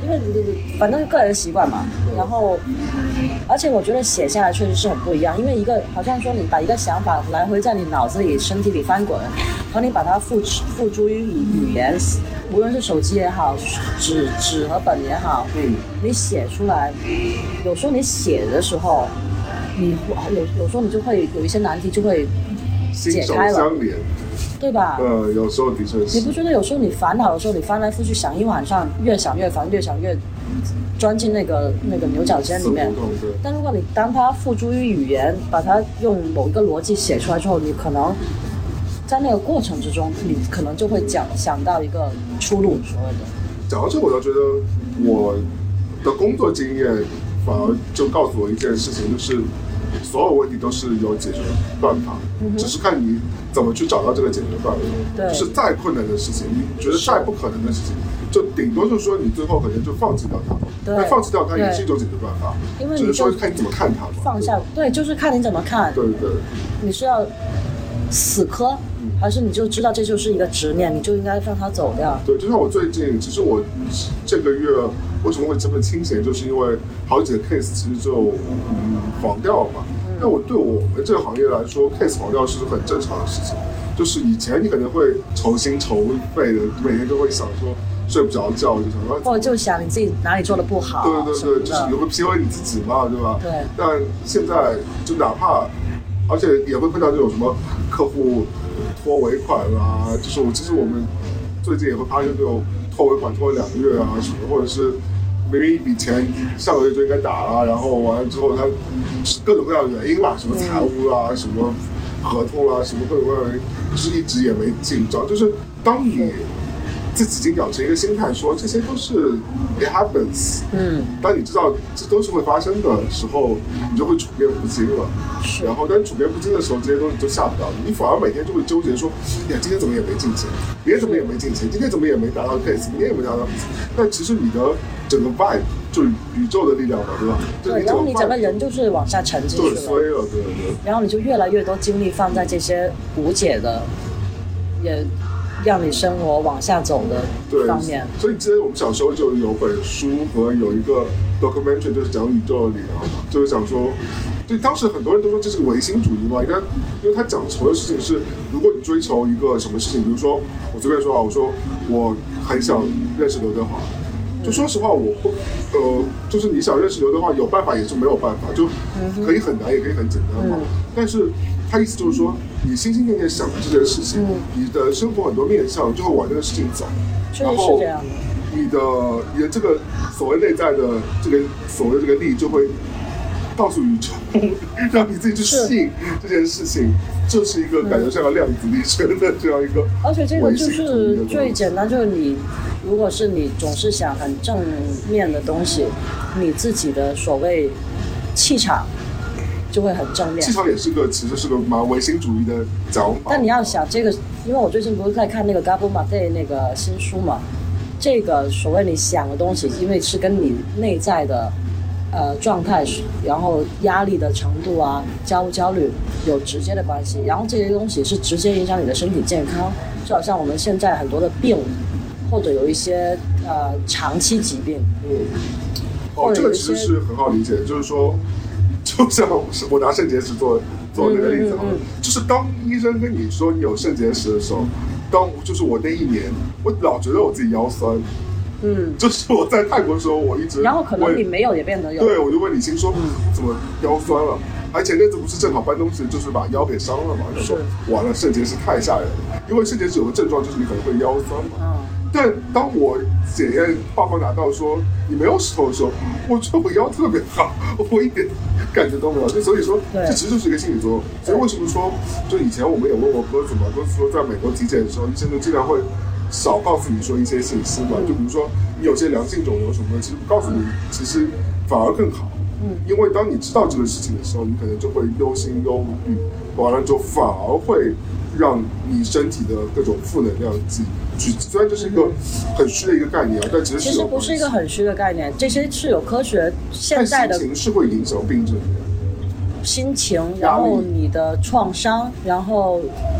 因为你反正个人习惯嘛，然后而且我觉得写下来确实是很不一样，因为一个好像说你把一个想法来回在你脑子里、身体里翻滚，和你把它付付诸于语言，无论是手机也好，纸纸和本也好， 嗯， 你写出来，有时候你写的时候，你有有时候你就会有一些难题就会解开了，对吧？ 呃，有时候的确是。 你不觉得有时候你烦恼的时候，你翻来覆去想一晚上，越想越烦，越想越钻进那个那个牛角尖里面。但如果你当它付诸于语言，把它用某一个逻辑写出来之后，你可能在那个过程之中，你可能就会讲想到一个出路，所谓的。 讲到这，我倒觉得我的工作经验反而就告诉我一件事情，就是所有问题都是有解决办法，嗯、只是看你怎么去找到这个解决办法。 对， 就是再困难的事情，你觉得再不可能的事情，就顶多就是说你最后可能就放弃掉它。 对， 但放弃掉它也是一种解决办法， 因为只是说看你怎么看它嘛。 放下，对，就是看你怎么看。 对对。 你是要死磕，还是你就知道这就是一个执念，你就应该让它走掉？ 对，就像我最近，其实我这个月为什么会这么清闲，就是因为好几个 case 其实就嗯黄掉了嘛。那、嗯、我对我们这个行业来说 ，case 黄掉是很正常的事情。就是以前你可能会愁心愁肺的，每天都会想说睡不着觉，就想说， 或者就想你自己哪里做的不好。 对对对，就是你会 P U A 你自己嘛，对吧？ 对。 但现在就哪怕，而且也会碰到这种什么客户拖尾款啊，就是我其实我们最近也会发现这种拖尾款拖了两个月啊什么，或者是明明一笔钱上个月就应该打了，然后完了之后它各种各样的原因嘛，什么财务啊，嗯、什么合同啊，什么各种各样的原因，就是一直也没进账。就是当你自己已经养成一个心态说这些都是 it happens， 嗯，当你知道这都是会发生的时候，你就会处变不惊了。然后当你处变不惊的时候，这些东西就吓不到你，你反而每天就会纠结说，呀，今天怎么也没进钱，明天怎么也没进钱，今天怎么也没达到 case， 明天也没达到 case。但其实你的整个 vibe 就是宇宙的力量嘛，对吧？ 对，然后你整个人就是往下沉进去了， 对，衰了，对对。 然后你就越来越多精力放在这些无解的，也让你生活往下走的方面。 所以之前我们小时候就有本书和有一个 documentary， 就是讲宇宙的力量嘛，就是讲说，对，当时很多人都说这是个唯心主义嘛，因为因为他讲什么事情是，如果你追求一个什么事情，比如说我随便说啊，我说我很想认识刘德华。就说实话，我不，呃，就是你想认识刘德华，有办法也是没有办法，就可以很难，也可以很简单嘛。嗯、但是他意思就是说，你心心念念想的这件事情，嗯、你的生活很多面向就会往这个事情走， 然后你的你的这个所谓内在的这个所谓的这个力就会告诉宇宙，让你自己去信这件事情。这是一个感觉像个量子力学的这样一个， 而且这个就是最简单，就是你如果是你总是想很正面的东西，你自己的所谓气场就会很正面。 气场也是个其实是个蛮唯心主义的讲法。 但你要想这个，因为我最近不是在看那个 Gabor Mate 那个新书嘛，这个所谓你想的东西，因为是跟你内在的。呃，状态，然后压力的程度啊，焦不焦虑有直接的关系，然后这些东西是直接影响你的身体健康，就好像我们现在很多的病，或者有一些呃长期疾病， 嗯，哦，这个其实是很好理解，就是说，就像我拿肾结石做做那个例子好了，嗯嗯嗯就是当医生跟你说你有肾结石的时候，当就是我那一年，我老觉得我自己腰酸。嗯，就是我在泰国的时候，我一直， 然后可能你没有也变得有， 对，我就问李欣说，嗯、怎么腰酸了？而前阵子不是正好搬东西，就是把腰给伤了嘛，就说完了，肾结石太吓人了，因为肾结石有个症状就是你可能会腰酸嘛。嗯。但当我检验报告拿到说你没有石头的时候，我觉得我腰特别好，我一点感觉都没有。就所以说，这其实就是一个心理作用。所以为什么说，就以前我们也问过鸽子嘛，鸽子说在美国体检的时候，医生就经常会。少告诉你说一些信息嘛，就比如说你有些良性肿瘤什么的，其实不告诉你，其实反而更好。嗯，因为当你知道这个事情的时候，你可能就会忧心忧虑，完了之后反而会让你身体的各种负能量积聚。虽然这是一个很虚的一个概念啊，但其实其实不是一个很虚的概念，这些是有科学现在的。 心情是会影响病症的。 心情，然后你的创伤，然后。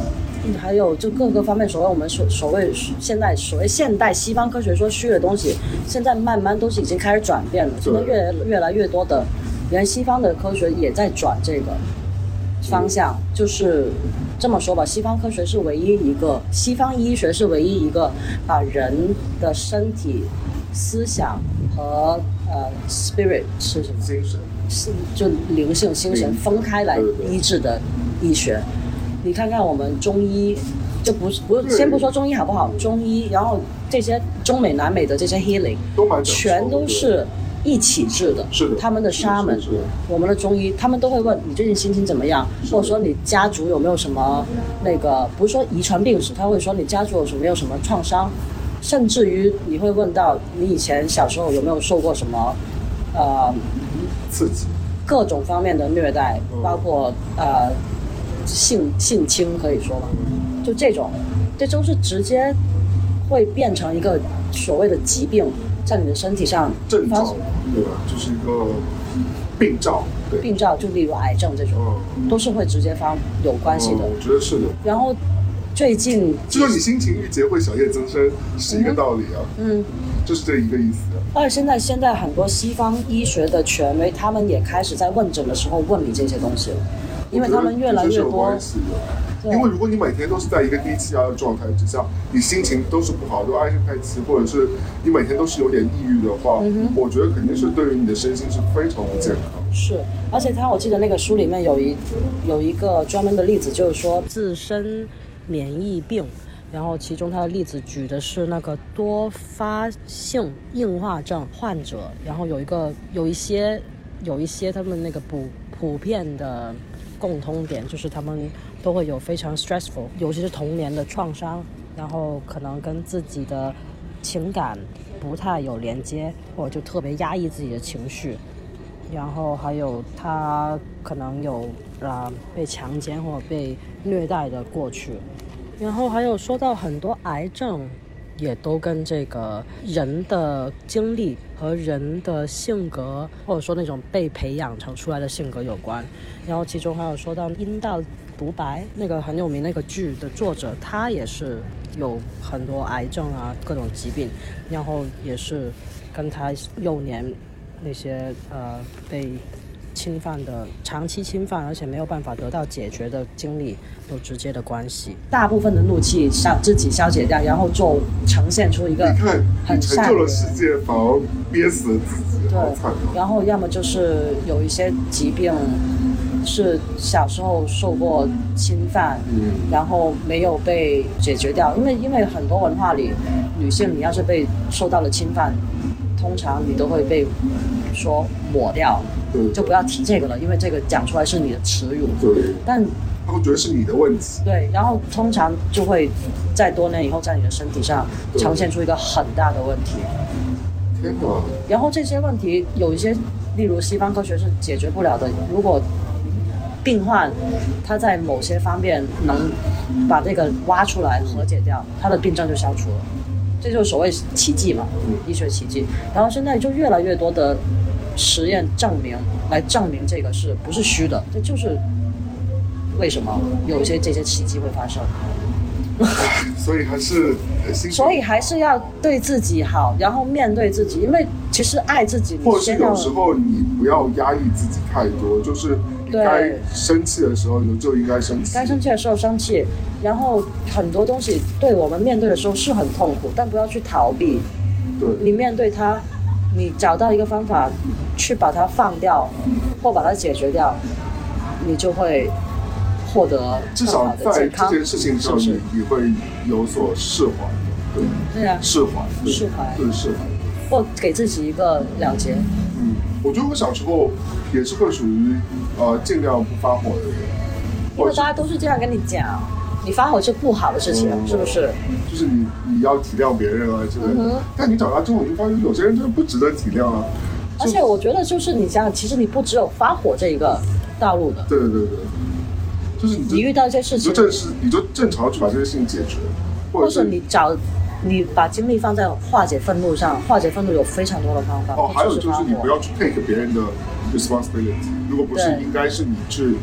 还有就各个方面，所谓我们所所谓现在所谓现代西方科学说虚的东西，现在慢慢都是已经开始转变了，现在越越来越多的，连西方的科学也在转这个方向，就是这么说吧，西方科学是唯一一个，西方医学是唯一一个把人的身体、思想和呃 spirit 是什么？ 精神。 是就灵性、精神分开来医治的医学。你看看我们中医，就不是不是先不说中医好不好，中医，然后这些中美南美的这些 healing， 都全都是一起治的。 是的， 他们的沙门，我们的中医，他们都会问你最近心情怎么样，或者说你家族有没有什么那个，不是说遗传病史，他会说你家族有什么没有什么创伤，甚至于你会问到你以前小时候有没有受过什么呃。 刺激， 各种方面的虐待，嗯、包括呃性性侵，可以说吧，就这种，这都是直接会变成一个所谓的疾病，在你的身体上症状，对吧？就是一个病兆，对， 病兆就例如癌症这种，嗯、都是会直接发有关系的。 嗯、我觉得是的。然后最近， 就说你心情郁结会小叶增生，是一个道理啊。嗯。就是这一个意思。 而且现在现在很多西方医学的权威，他们也开始在问诊的时候问你这些东西了，因为他们越来越多。 因为如果你每天都是在一个低气压的状态之下，你心情都是不好，都唉声叹气，或者是你每天都是有点抑郁的话，嗯、我觉得肯定是对于你的身心是非常不健康。 是，而且他我记得那个书里面有一有一个专门的例子，就是说自身免疫病。然后其中他的例子举的是那个多发性硬化症患者，然后有一个有一些有一些他们那个普普遍的共通点，就是他们都会有非常 stressful， 尤其是童年的创伤，然后可能跟自己的情感不太有连接，或者就特别压抑自己的情绪，然后还有他可能有啊、呃、被强奸或者被虐待的过去。然后还有说到很多癌症也都跟这个人的经历和人的性格，或者说那种被培养成出来的性格有关。然后其中还有说到阴道独白，那个很有名那个剧的作者，他也是有很多癌症啊各种疾病，然后也是跟他幼年那些呃被侵犯的长期侵犯，而且没有办法得到解决的经历有直接的关系。大部分的怒气让自己消解掉，然后就呈现出一个你看很善良的世界，反而憋死了自己， 对， 好惨啊！ 然后要么就是有一些疾病是小时候受过侵犯，嗯，然后没有被解决掉，因为因为很多文化里，女性你要是被受到了侵犯，通常你都会被说抹掉。就不要提这个了，因为这个讲出来是你的耻辱。 对， 但他会觉得是你的问题。 对，然后通常就会在多年以后，在你的身体上呈现出一个很大的问题。 天哪！ 然后这些问题有一些，例如西方科学是解决不了的。如果病患他在某些方面能把这个挖出来和解掉，他的病症就消除了。这就是所谓奇迹嘛，医学奇迹。然后现在就越来越多的实验证明来证明这个是不是虚的，这就是为什么有一些这些奇迹会发生。 所以还是所以还是要对自己好，然后面对自己，因为其实爱自己， 或者是有时候你不要压抑自己太多，就是你该生气的时候你就应该生气， 该生气的时候生气。然后很多东西对我们面对的时候是很痛苦，但不要去逃避。 对， 你面对它，你找到一个方法去把它放掉或把它解决掉，你就会获得至少在这件事情上你你会有所释怀。对对啊， 释怀释怀对释怀， 或给自己一个了结。 嗯，我觉得我小时候也是会属于呃尽量不发火的人， 因为大家都是这样跟你讲，你发火是不好的事情，嗯、是不是？ 就是你你要体谅别人啊之类的、嗯。但你长大之后，你就发现有些人真的不值得体谅啊。 而且我觉得，就是你想想，其实你不只有发火这一个道路的。 对对对对，就是你你遇到一些事情， 你就正式你就正常去把这些事情解决，或者, 或者你找你把精力放在化解愤怒上，化解愤怒有非常多的方法。 哦，还有就是你不要去 take 别人的 responsibility， 如果不是应该是你去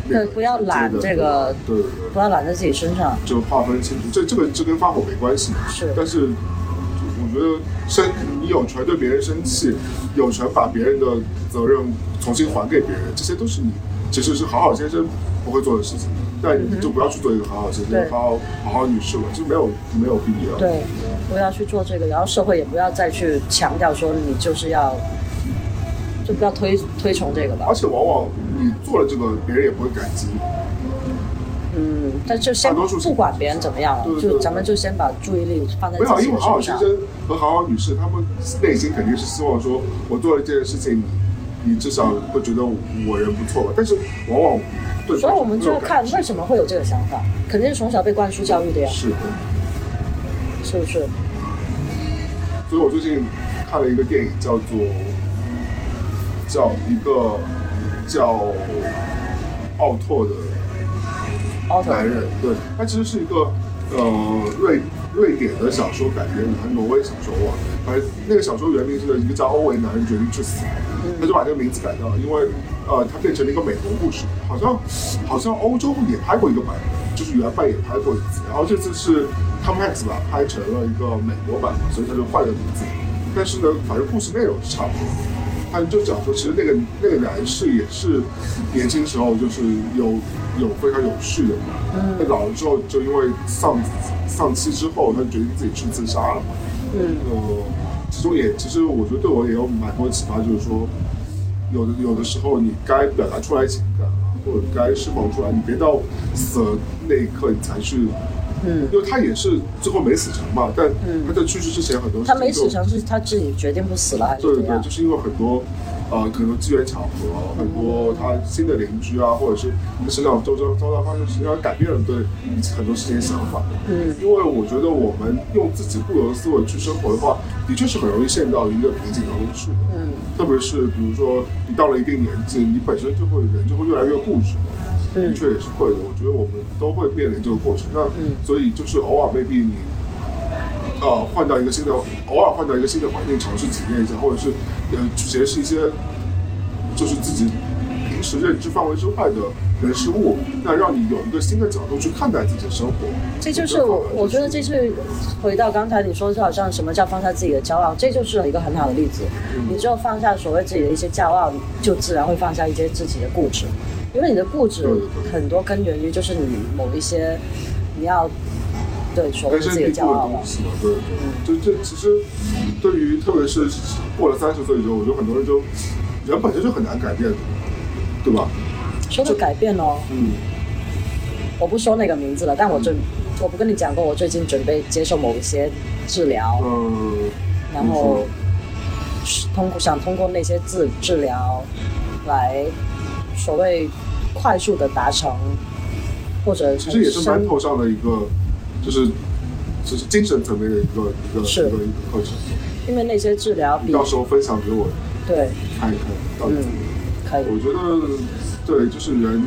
对，不要揽这个， 对对对， 不要揽在自己身上， 就划分清楚。这这个这跟发火没关系， 是， 但是我觉得生你有权对别人生气，有权把别人的责任重新还给别人，这些都是你其实是好好先生不会做的事情。但你就不要去做一个好好先生、好好好好女士了，就没有没有必要。 对，不要去做这个，然后社会也不要再去强调说你就是要，就不要推推崇这个吧。 而且往往你做了这个，别人也不会感激。 嗯，但就先不管别人怎么样了， 对对对， 就咱们就先把注意力放在自己的身上。 因为好好先生和好好女士，他们内心肯定是希望说，我做了这件事情，你你至少会觉得我人不错吧。但是往往。 所以我们就要看为什么会有这个想法，肯定是从小被灌输教育的呀。 是的， 是不是？ 所以我最近看了一个电影，叫做叫一个叫奥拓的男人，对，他其实是一个呃瑞瑞典的小说改编的，还是挪威小说哇？反正那个小说原名是一个叫欧维男人决定去死，他就把这个名字改掉了，因为。呃，它变成了一个美国故事，好像好像欧洲也拍过一个版本，就是原版也拍过一次，然后这次是 Tom Hanks 把它拍成了一个美国版，所以他就换了名字。但是呢，反正故事内容是差不多。他就讲说，其实那个那个男士也是年轻时候就是有有非常有序的嘛，那、嗯、老了之后就因为丧丧妻之后，他就决定自己去自杀了嘛。嗯，呃，其中也其实我觉得对我也有蛮多启发，就是说。有的有的时候，你该表达出来情感，或者该释放出来，你别到死的那一刻你才去，嗯，因为他也是最后没死成嘛，但他在去世之前很多事情他没死成是他自己决定不死了，还是对对对，就是因为很多呃可能机缘巧合，很多他新的邻居啊，或者是他身上周遭周遭发生，实际上改变了对很多事情的想法。嗯，因为我觉得我们用自己固有的思维去生活的话，的确是很容易陷到一个瓶颈当中去的。嗯。特别是比如说你到了一定年纪，你本身就会人就会越来越固执，的确也是会的。我觉得我们都会面临这个过程。那、嗯、所以就是偶尔 maybe 你呃换到一个新的，偶尔换到一个新的环境尝试体验一下，或者是呃去结识一些就是自己平时认知范围之外的人事物，那让你有一个新的角度去看待自己的生活。 这就是我，我觉得这是回到刚才你说，就好像什么叫放下自己的骄傲，这就是一个很好的例子。嗯、你只有放下所谓自己的一些骄傲，就自然会放下一些自己的固执，因为你的固执很多根源于就是你某一些你要对所谓自己的骄傲嘛。 对对，就这其实对于特别是过了三十岁之后，我觉得很多人就人本身就很难改变的，对吧？ 说的改变哦，嗯，我不说那个名字了，但我准，我不跟你讲过，我最近准备接受某一些治疗，嗯，然后通过想通过那些治治疗来所谓快速的达成，或者其实也是蛮头上的一个，就是就是精神层面的一个一个是一个一个课程， 因为那些治疗比到时候分享给我， 对， 看一看到底怎么样。 可以， 我觉得对，就是人，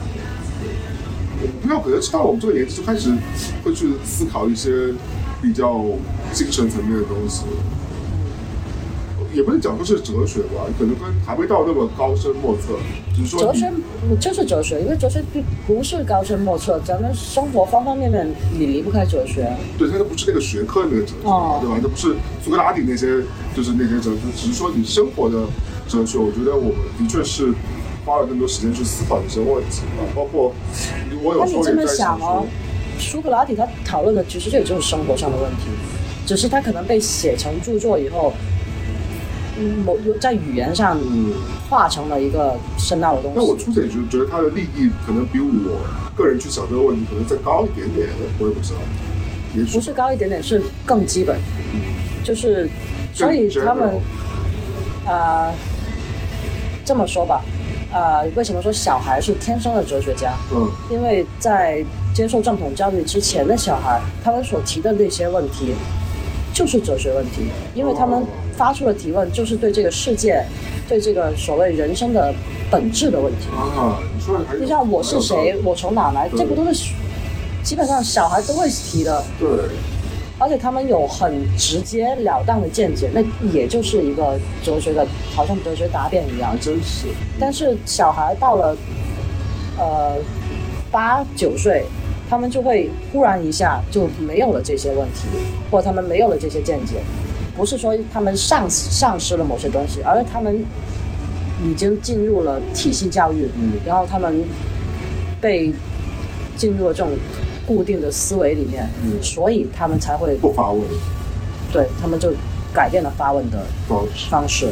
不要可能到了我们这个年纪就开始会去思考一些比较精神层面的东西，也不是讲说是哲学吧，可能跟还没到那么高深莫测，只是说哲学就是哲学，因为哲学不是高深莫测，咱们生活方方面面你离不开哲学。 对，它都不是那个学科那个哲学，哦、对吧？它不是苏格拉底那些，就是那些哲学，只是说你生活的哲学。我觉得我们的确是花了更多时间去思考这些问题，包括我有时候也在想说， 苏格拉底他讨论的其实也就是生活上的问题，只是他可能被写成著作以后。嗯，某在语言上化成了一个深奥的东西。 那我粗浅就觉得他的利益可能比我个人去想这个问题可能再高一点点，我也不知道。也许不是高一点点，是更基本。嗯、就是所以他们啊、呃、这么说吧，啊、呃、为什么说小孩是天生的哲学家？嗯，因为在接受正统教育之前的小孩，他们所提的那些问题就是哲学问题，因为他们。发出的提问就是对这个世界，对这个所谓人生的本质的问题啊！你说的还就像我是谁，我从哪来，这不都是基本上小孩都会提的。 对， 而且他们有很直截了当的见解，那也就是一个哲学的，好像哲学答辩一样。 真是。 但是小孩到了呃八九岁，他们就会忽然一下就没有了这些问题，或者他们没有了这些见解。不是说他们丧丧失了某些东西，而是他们已经进入了体系教育， 嗯， 然后他们被进入了这种固定的思维里面， 嗯， 所以他们才会不发问， 对他们就改变了发问的方式。 方式。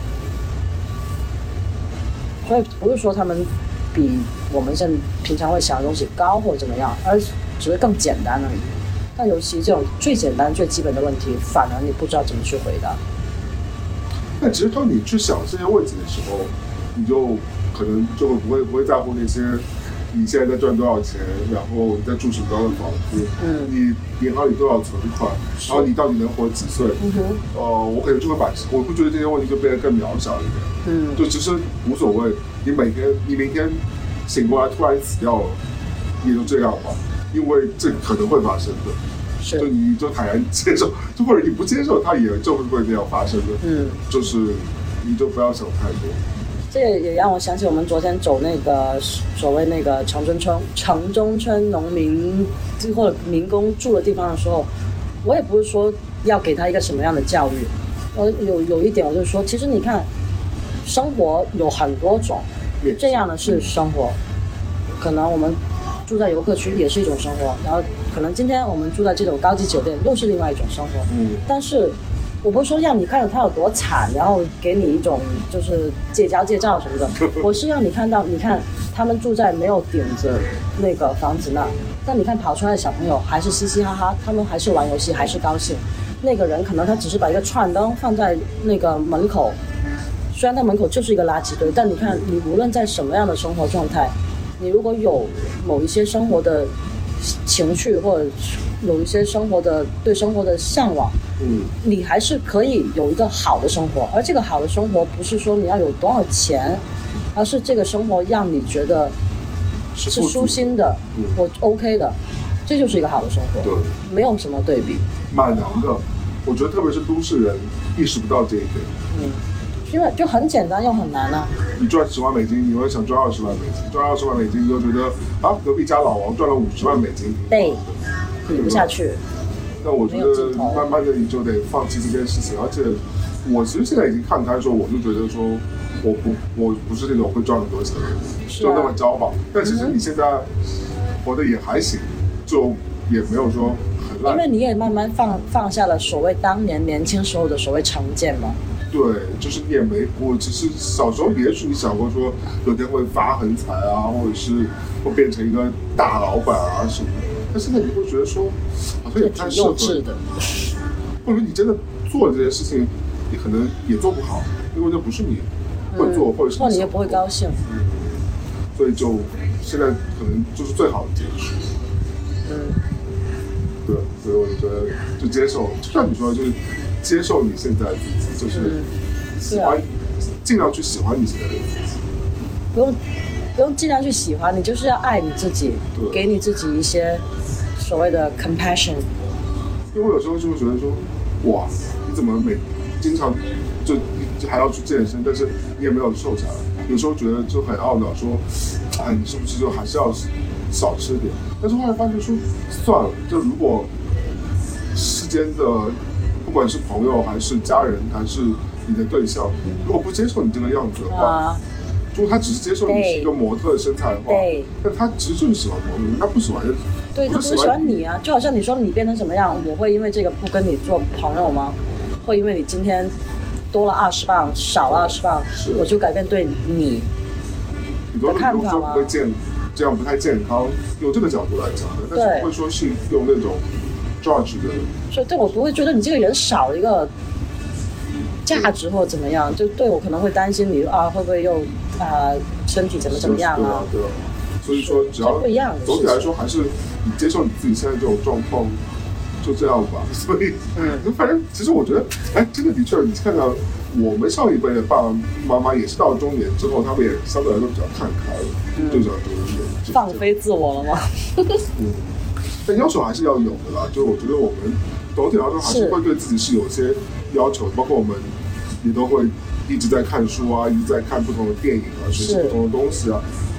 所以不是说他们比我们现在平常会想的东西高或者怎么样，而只是更简单而已。但尤其这种最简单最基本的问题，反而你不知道怎么去回答。 但其实当你去想这些问题的时候，你就可能就会不会不会在乎那些你现在在赚多少钱，然后你在住什么样的房子， 嗯， 你银行里多少存款，然后你到底能活几岁？ 嗯哼， 呃，我可能就会把我会觉得这些问题就变得更渺小一点。 嗯， 就其实无所谓，你每天你明天醒过来突然死掉了，也就这样吧，因为这可能会发生的。 是， 就你就坦然接受，就或者你不接受，它也就会这样发生的。 嗯， 就是你就不要想太多。 这也也让我想起我们昨天走那个所谓那个城中村城中村农民或者民工住的地方的时候，我也不是说要给他一个什么样的教育，呃，有有一点我就是说，其实你看，生活有很多种，这样的是生活，可能我们住在游客区也是一种生活，然后可能今天我们住在这种高级酒店又是另外一种生活， 嗯， 但是我不是说让你看到他有多惨，然后给你一种就是戒骄戒躁什么的，我是让你看到，你看他们住在没有顶子那个房子那，但你看跑出来的小朋友还是嘻嘻哈哈，他们还是玩游戏，还是高兴。那个人可能他只是把一个串灯放在那个门口，虽然他门口就是一个垃圾堆，但你看你无论在什么样的生活状态，你如果有某一些生活的情趣，或者有一些生活的对生活的向往， 嗯， 你还是可以有一个好的生活。而这个好的生活不是说你要有多少钱，而是这个生活让你觉得是舒心的， 嗯， 我 OK 的，这就是一个好的生活。 对， 没有什么对比， 蛮难的。我觉得特别是都市人意识不到这一点。 嗯，因为就很简单又很难啊。 你赚十万美金，你会想赚二十万美金，赚二十万美金你就觉得啊，隔壁家老王赚了五十万美金， 对，比不下去。 那我觉得慢慢的你就得放弃这件事情，而且我其实现在已经看开说，我就觉得说我不我不是那种会赚很多钱的人，就那么骄傲。但其实你现在活得也还行，就也没有说很烂。 因为你也慢慢放放下了所谓当年年轻时候的所谓成见嘛。 对，就是你也没，我只是小时候也许你想过说有天会发横财啊，或者是会变成一个大老板啊什么的，但现在你会觉得说好像也不太适合， 幼稚的， 或者你真的做了这件事情，你可能也做不好，因为这不是你会做， 嗯、 或者是或你也不会高兴， 嗯，所以就现在可能就是最好的结束， 嗯， 对，所以我就觉得就接受，就像你说的，就是接受你现在的自己，就是喜欢，嗯啊、尽量去喜欢你现在的自己， 不用不用尽量去喜欢，你就是要爱你自己，给你自己一些所谓的 compassion。 因为我有时候就会觉得说，哇，你怎么每经常就就还要去健身，但是你也没有瘦下来。有时候觉得就很懊恼，说，哎，你是不是就还是要少吃点？但是后来发现说，算了，就如果世间的不管是朋友还是家人还是你的对象，如果不接受你这个样子的话，啊、如果他只是接受你是一个模特的身材的话，那他其实就是喜欢模特，他不喜欢。 对，他不是喜欢你啊，就好像你说你变成什么样，我会因为这个不跟你做朋友吗？会因为你今天多了二十磅，少了二十磅，我就改变对你的看法吗？ 不会健，这样不太健康，用这个角度来讲的，但是不会说是用那种 judge 的。 所以对我不会觉得你这个人少了一个价值或怎么样，就对我可能会担心你啊会不会又啊、呃、身体怎么怎么样啊？ 对啊，所以说只要总体来说还是你接受你自己现在这种状况，就这样吧。所以嗯，反正其实我觉得，哎，这个的确，你看到我们上一辈的爸爸妈妈也是到了中年之后，他们也相对来说比较看开了，嗯、就比较多一点， 放飞自我了吗？ 嗯，但要求还是要有的啦。就我觉得我们总体来说还是会对自己是有些要求，包括我们也都会一直在看书啊，一直在看不同的电影啊，学习不同的东西啊。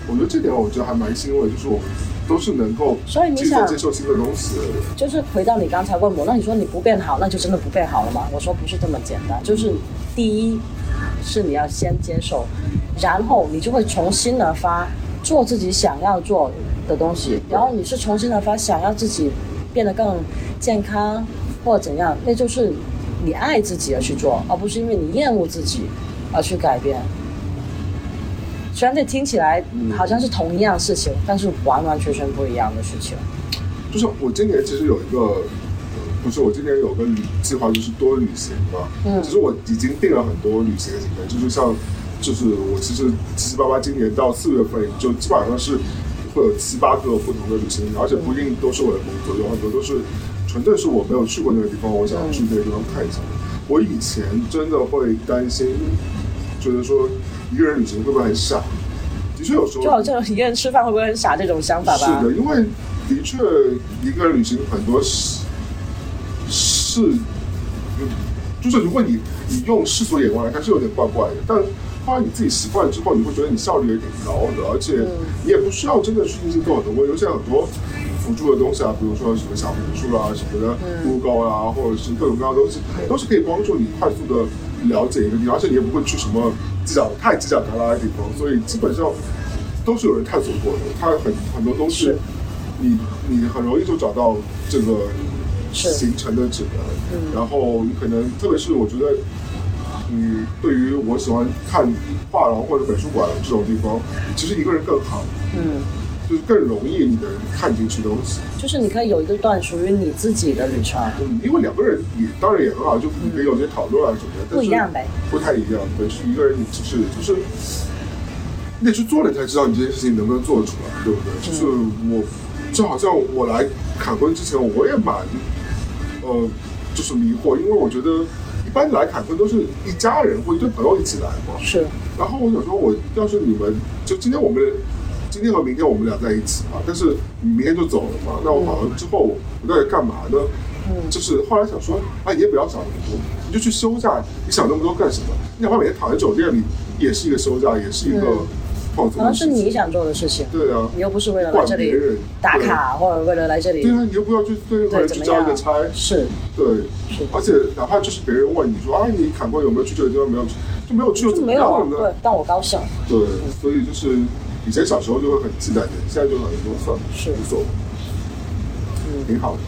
我觉得这点我觉得还蛮欣慰，就是我们都是能够所以你想接受新的东西的人。 就是回到你刚才问我，那你说你不变好，那就真的不变好了吗？我说不是这么简单，就是第一是你要先接受，然后你就会重新的发做自己想要做的东西，然后你是重新的发想要自己变得更健康或怎样，那就是你爱自己而去做，而不是因为你厌恶自己而去改变。虽然这听起来好像是同一样事情，但是完完全全不一样的事情。 就是我今年其实有一个，不是我今年有个旅计划，就是多旅行嘛。嗯，其实我已经定了很多旅行的行程，就是像，就是我其实七七八八今年到四月份就基本上是会有七八个不同的旅行，而且不一定都是我的工作，有很多都是纯粹是我没有去过那个地方，我想去那个地方看一下。我以前真的会担心，觉得说一个人旅行会不会很傻？的确有时候就好像一个人吃饭会不会很傻这种想法吧。 是的，因为的确一个人旅行很多是是，就是如果你你用世俗眼光来看是有点怪怪的，但后来你自己习惯之后，你会觉得你效率也挺高的，而且你也不需要真的去进行做很多，有些很多辅助的东西啊，比如说什么小红书啊、什么的 Google 啊，或者是各种各样的东西，都是可以帮助你快速的了解一个地方，而且你也不会去什么犄角太犄角旮旯的地方，所以基本上都是有人探索过的。它很很多东西，你你很容易就找到这个行程的指南，然后你可能特别是我觉得。嗯，对于我喜欢看画廊或者美术馆这种地方，其实一个人更好，嗯，就是更容易你能看进去东西。 就是你可以有一个段属于你自己的旅程， 嗯，因为两个人也当然也很好，就你可以有些讨论啊什么的， 不一样呗， 不太一样。对，是一个人你只是就是你得去做了，你才知道你这件事情能不能做出来，对不对？嗯、就是我就好像我来坎昆之前，我也蛮呃就是迷惑，因为我觉得。一般来坎昆都是一家人或一堆朋友一起来嘛。 是。 然后我想说，我要是你们，就今天我们，今天和明天我们俩在一起嘛，但是你明天就走了嘛，那我跑了之后我到底干嘛呢？嗯。就是后来想说，啊，你也不要想那么多，你就去休假，你想那么多干什么？你哪怕每天躺在酒店里，也是一个休假，也是一个放松。 可能是你想做的事情。 对啊。 你又不是为了来这里打卡，或者为了来这里。 对啊，你又不要去对任何人去交一个差。 是。 对。而且哪怕就是别人问你说啊，你坎昆有没有去这个地方？没有去，就没有去， 就没有呢？对，但我高兴。 对，所以就是以前小时候就会很期待的，现在就很多算了， 是无所谓，嗯，挺好的。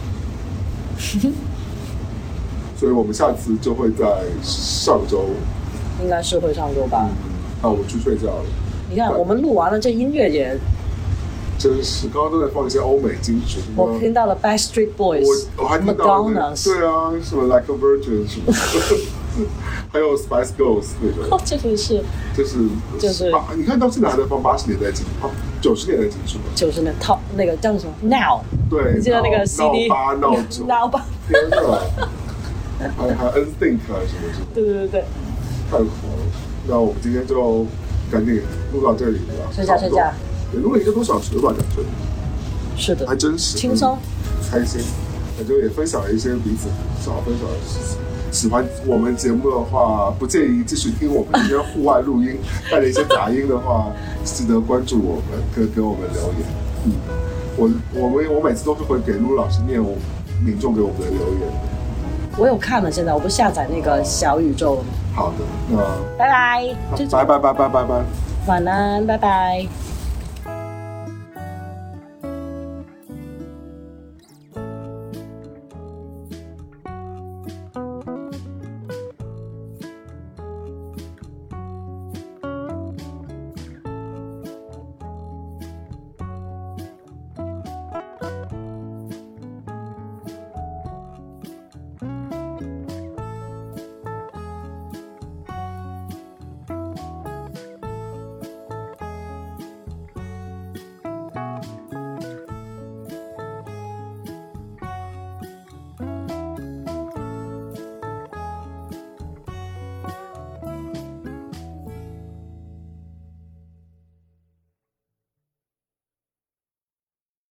所以我们下次就会在上周， 应该是会上周吧。 啊，我去睡觉了。 你看，我们录完了，这音乐也。 真是，刚刚都在放一些欧美金曲。 我听到了 Backstreet Boys， 我我还听到了、那個，对啊，什么 Like a Virgin 什么的，还有 Spice Girls 那个。 哦，这个是， 就是就是， 你看到现在还在放八十年代金，啊，九十年代金曲吗？ 九十年 Top 那个叫什么 Now？ 对， 你记得那个 C D？ 闹八闹九， 闹八， 天哪！还还 N Sync 啊什么什么？ 对对对对， 太火了。那我们今天就赶紧录到这里了， 睡觉睡觉。 也录了一个多小时吧，讲真的。 是的， 还真是轻松、 开心，反正也分享了一些彼此想要分享的事情。喜欢我们节目的话，不介意继续听我们今天户外录音带了一些杂音的话，记得关注我们，给给我们留言。嗯，我我们我每次都是会给露露老师念我民众给我们的留言。 我有看了，现在我不下载那个小宇宙了吗？ 好的，那拜拜， 拜拜拜拜拜拜， 晚安，拜拜。